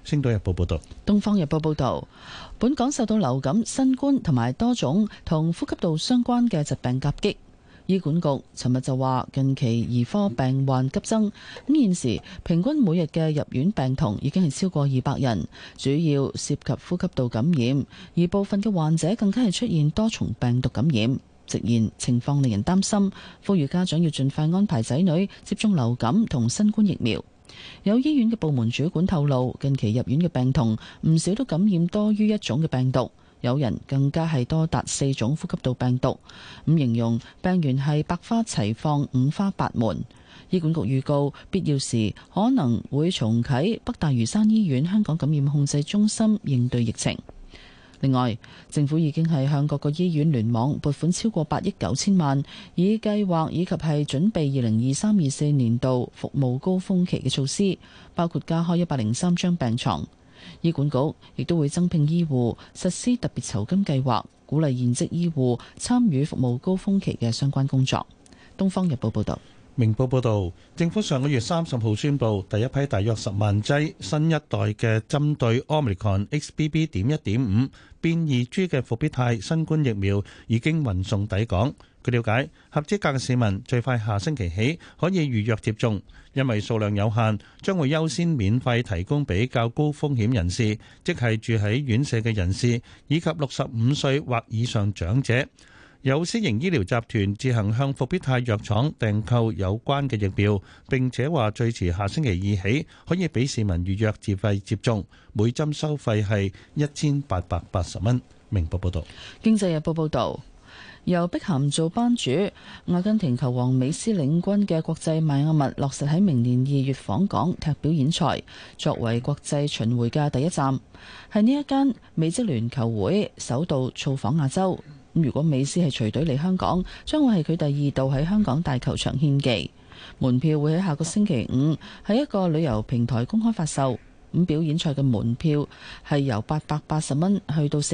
星島日報報道。 東方日報報道，本港受到流感、新冠同埋多種同呼吸道相關嘅疾病夾擊。醫管局尋日就話，近期兒科病患急增，咁現時平均每日嘅入院病童已經係超過200人，主要涉及呼吸道感染，而部分嘅患者更加係出現多重病毒感染，直言情況令人擔心，呼籲家長要盡快安排仔女接種流感同新冠疫苗。有醫院嘅部門主管透露，近期入院嘅病童唔少都感染多於一種嘅病毒。有人更加係多達4種呼吸道病毒，咁形容病源係百花齊放、五花八門。醫管局預告，必要時可能會重啟北大嶼山醫院香港感染控制中心應對疫情。另外，政府已經係向各個醫院聯網撥款超過8億9千萬，以計劃以及係準備2023-24年度服務高峰期嘅措施，包括加開103張病床。醫管局亦都會增聘醫護，實施特別酬金計劃，鼓勵現職醫護參與服務高峰期嘅相關工作。東方日報報道。 明報報導，政府上個月30號宣布，第一批大約10萬劑新一代嘅針對 Omicron XBB.1.5 變異株嘅復必泰新冠疫苗已經運送抵港。據了解，合資格嘅市民最快下星期起可以預約接種，因為數量有限，將會優先免費提供俾較高風險人士，即係住喺院舍嘅人士以及65歲或以上長者。有私營醫療集團自行向復必泰藥廠訂購有關嘅疫苗，並且話最遲下星期2起可以俾市民預約自費接種，每針收費係1880蚊。明報報道。 經濟日報報導。由碧咸做班主，阿根廷球王美斯領軍嘅國際邁阿密落實喺明年2月訪港踢表演賽，作為國際巡迴嘅第一站，係呢一間美職聯球會首度造訪亞洲。如果美斯係隨隊嚟香港，將會係佢第2度喺香港大球場獻技。門票會喺下個星期5喺一個旅遊平台公開發售。咁表演賽嘅門票係由880蚊去到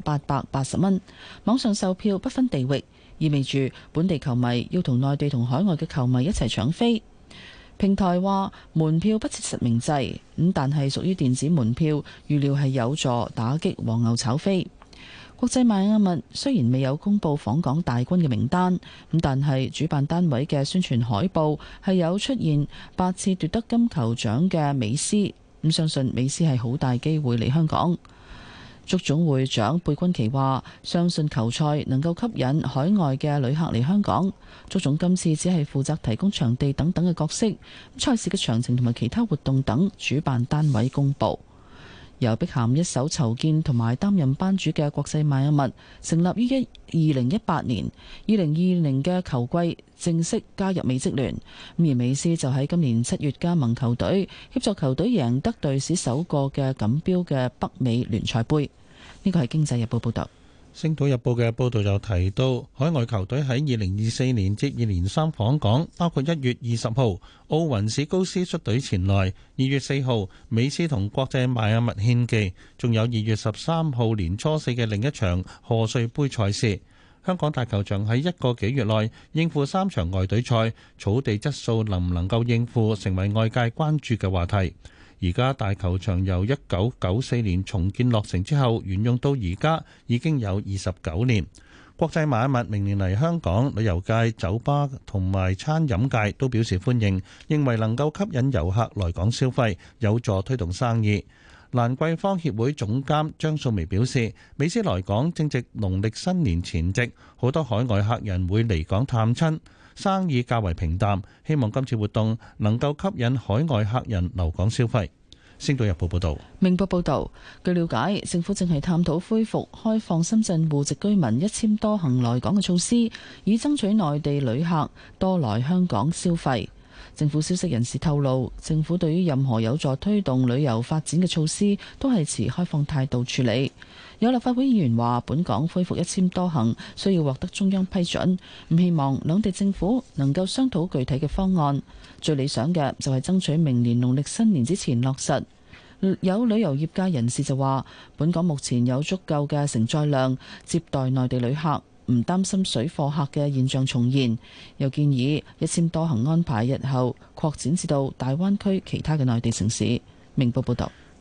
4880蚊，網上售票不分地域，意味住本地球迷要同內地同海外嘅球迷一齊搶飛。平台話門票不設實名制，咁但係屬於電子門票，預料係有助打擊黃牛炒飛。國際邁阿密雖然未有公布訪港大軍嘅名單，咁但係主辦單位嘅宣傳海報係有出現8次奪得金球獎嘅美斯。咁相信美斯係好大機會嚟香港。足總會長貝鈞奇話：相信球賽能夠吸引海外嘅旅客嚟香港。足總今次只係負責提供場地等等嘅角色，賽事嘅詳情同埋其他活動等主辦單位公佈。由碧咸一手籌建同埋擔任班主嘅國際邁阿密成立於2018年，2020年嘅球季正式加入美職聯。而美斯就喺今年7月加盟球隊，協助球隊贏得隊史首個嘅錦標嘅北美聯賽盃。呢個係《經濟日報》報導。 《星島日報》嘅報導就提到，海外球隊喺2024年接二連三訪港，包括1月20號奧雲史高斯率隊前來，2月4號美斯同國際邁阿密獻技，仲有2月13號年初4嘅另一場賀歲杯賽事。香港大球場喺1個幾月內應付3場外隊賽，草地質素能唔能夠應付，成為外界關注嘅話題。而家大球場由1994年重建落成之後，沿用到而家已經有29年。國際邁阿密明年嚟香港，旅遊界、酒吧同埋餐飲界都表示歡迎，認為能夠吸引遊客來港消費，有助推動生意。蘭桂坊協會總監張素眉表示，美斯來港正值農曆新年前夕，好多海外客人會嚟港探親，生意較為平淡，希望今次活動能夠吸引海外客人留港消費。星島日報報道。 明報報道，據了解，政府正係探討恢復開放深圳戶籍居民一簽多行來港嘅措施，以爭取內地旅客多來香港消費。政府消息人士透露，政府對於任何有助推動旅遊發展嘅措施，都係持開放態度處理。有立法會議員話，本港恢復一簽多行需要獲得中央批准，唔希望兩地政府能夠商討具體嘅方案。最理想嘅就係爭取明年農曆新年之前落實。有旅遊業界人士就話，本港目前有足夠嘅承載量接待內地旅客，唔擔心水貨客嘅現象重現。又建議一簽多行安排日後擴展至到大灣區其他嘅內地城市。明報報道。 《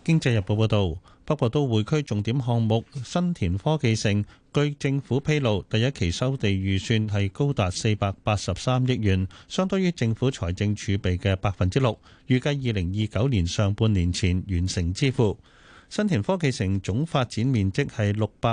經濟日報報導，北部都會區重點項目新田科技城，據政府披露，第一期收地預算係高達483億元，相當於政府財政儲備嘅6%，預計2029年上半年前完成支付。新田科技城總發展面積係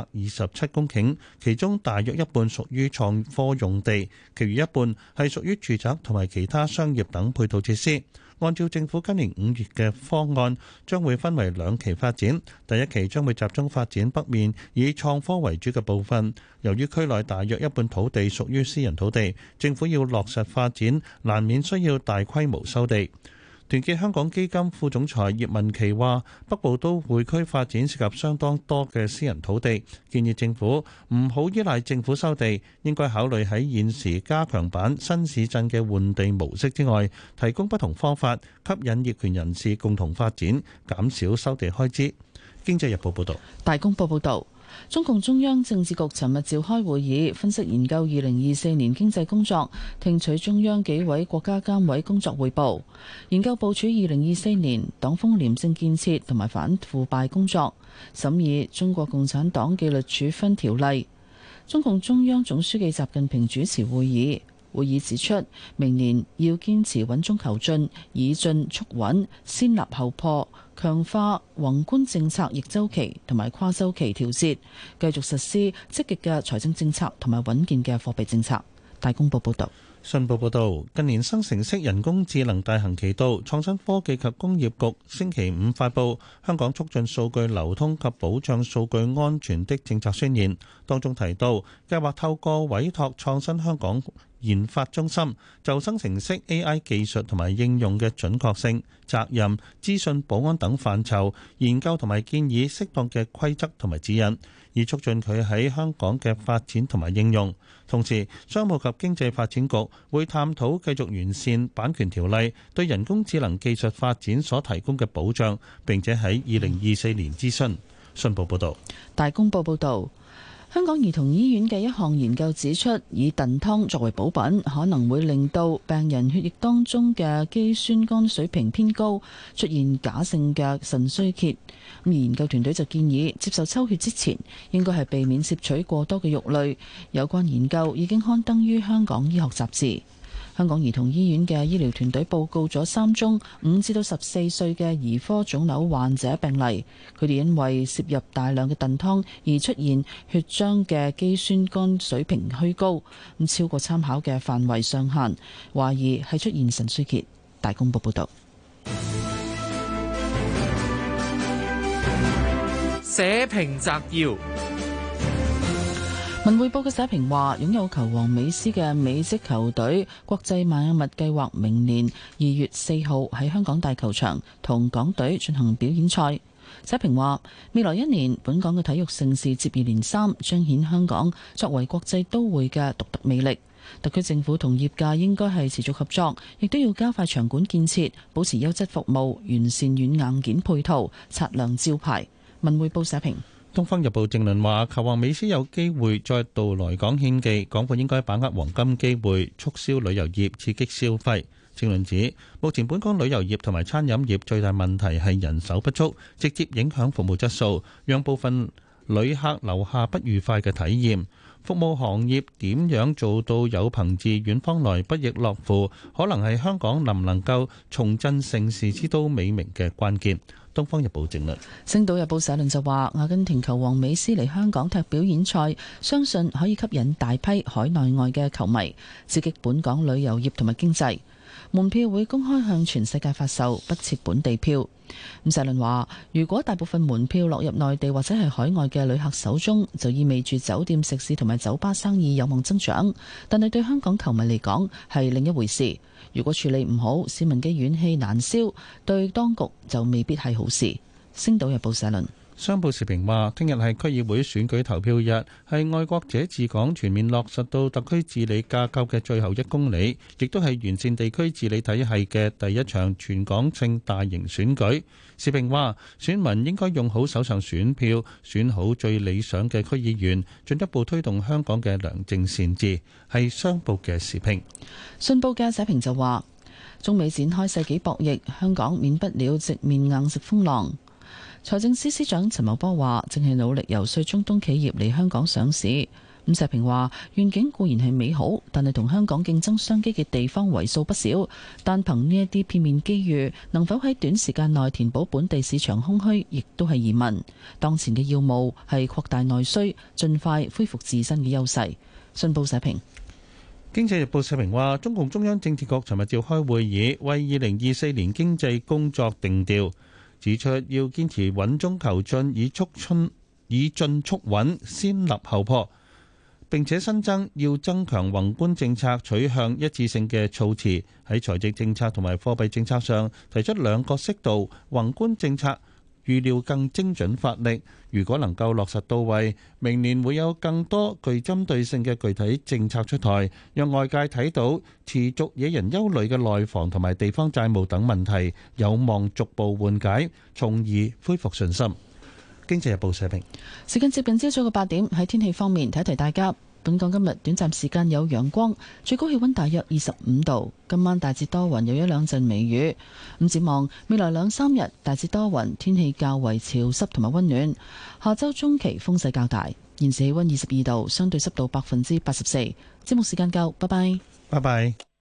627公頃，其中大約一半屬於創科用地，其餘一半係屬於住宅同埋其他商業等配套設施。按照政府今年5月嘅方案，將會分為2期發展。第一期將會集中發展北面以創科為主嘅部分。由於區內大約一半土地屬於私人土地，政府要落實發展，難免需要大規模收地。團結香港基金副總裁葉文琪話：北部都會區發展涉及相當多嘅私人土地，建議政府唔好依賴政府收地，應該考慮喺現時加強版新市鎮嘅換地模式之外，提供不同方法吸引業權人士共同發展，減少收地開支。經濟日報報導， 大公報報導。中共中央政治局尋日召開會議，分析研究2024年經濟工作，聽取中央紀委國家監委工作彙報，研究部署2024年黨風廉政建設同埋反腐敗工作，審議中國共產黨紀律處分條例。中共中央總書記習近平主持會議。會議指出，明年要堅持穩中求進，以進促穩，先立後破，強化宏觀政策逆周期同埋跨周期調節，繼續實施積極嘅財政政策同埋穩健嘅貨幣政策。大公報報導。 信報報導，近年生成式人工智能大行其道，創新科技及工業局星期五發布《香港促進數據流通及保障數據安全的政策宣言》，當中提到計劃透過委託創新香港研發中心就生成式 AI 技術同埋應用嘅準確性、責任、資訊保安等範疇研究同埋建議適當嘅規則同埋指引，以促進佢喺香港嘅發展同埋應用。同時，商務及經濟發展局會探討繼續完善版權條例對人工智能技術發展所提供嘅保障，並且喺2024年諮詢。信報報導。 大公報報導。香港兒童醫院嘅一項研究指出，以燉湯作為補品，可能會令到病人血液當中嘅肌酸酐水平偏高，出現假性嘅腎衰竭。咁研究團隊就建議，接受抽血之前，應該係避免攝取過多嘅肉類。有關研究已經刊登於香港醫學雜誌。香港兒童醫院嘅醫療團隊報告咗3宗5至到14歲嘅兒科腫瘤患者病例，佢哋因為攝入大量嘅燉湯而出現血漿嘅肌酸酐水平虛高，咁超過參考嘅範圍上限，懷疑係出現腎衰竭。大公報報道。 社評摘要。 文匯報嘅社評話，擁有球王美斯嘅美職球隊國際邁阿密計劃明年2月4號喺香港大球場同港隊進行表演賽。社評話，未來1年本港嘅體育盛事接二連三，彰顯香港作為國際都會嘅獨特魅力。特區政府同業界應該係持續合作，亦都要加快場館建設，保持優質服務，完善軟硬件配套，擦亮招牌。文匯報社評。 《東方日報》正論話，球王美斯有機會再度來港獻技，港府應該把握黃金機會，促銷旅遊業，刺激消費。正論指，目前本港旅遊業同埋餐飲業最大問題係人手不足，直接影響服務質素，讓部分旅客留下不愉快嘅體驗。服務行業點樣做到有朋自遠方來，不亦樂乎，可能係香港能唔能夠重振盛事之都美名嘅關鍵。《東方日報》正論，《 星島日報》社論就話，阿根廷球王美斯嚟香港踢表演賽，相信可以吸引大批海內外嘅球迷，刺激本港旅遊業同埋經濟。門票會公開向全世界發售，不設本地票。咁社論話，如果大部分門票落入內地或者係海外嘅旅客手中，就意味住酒店、食肆同埋酒吧生意有望增長，但係對香港球迷嚟講係另一回事。如果處理唔好，市民嘅怨氣難消，對當局就未必係好事。星島日報社論。 商報時評話，聽日係區議會選舉投票日，係愛國者治港全面落實到特區治理架構嘅最後1公里，亦都係完善地區治理體系嘅第一場全港性大型選舉。時評話，選民應該用好手上選票，選好最理想嘅區議員，進一步推動香港嘅良政善治。係商報嘅時評。 信報嘅社評就話，中美展開世紀博弈，香港免不了直面硬食風浪。 財政司司長陳茂波話，正係努力遊說中東企業嚟香港上市。咁社評話，願景固然係美好，但係同香港競爭商機嘅地方為數不少，單憑呢一啲片面機遇，能否喺短時間內填補本地市場空虛，亦都係疑問。當前嘅要務係擴大內需，盡快恢復自身嘅優勢。信報社評。 經濟日報社評話，中共中央政治局尋日召開會議，為2024年經濟工作定調，指出要堅持穩中求進，以進促穩，先立後破。並且新增要增強宏觀政策取向一致性嘅措辭，喺財政政策同埋貨幣政策上提出兩個適度，宏觀政策預料更精準發力。如果能夠落實到位，明年會有更多具針對性嘅具體政策出台，讓外界睇到持續惹人憂慮嘅內房同埋地方債務等問題有望逐步緩解，從而恢復信心。經濟日報社評。 時間接近朝早嘅8點，喺天氣方面提一提大家。本港今日短暫時間有陽光，最高氣溫大約25度。今晚大致多雲，有一兩陣微雨。咁展望未來2-3日大致多雲，天氣較為潮濕同埋溫暖。下周中期風勢較大。現時氣溫22度，相對濕度84%。節目時間夠，拜拜。 拜拜。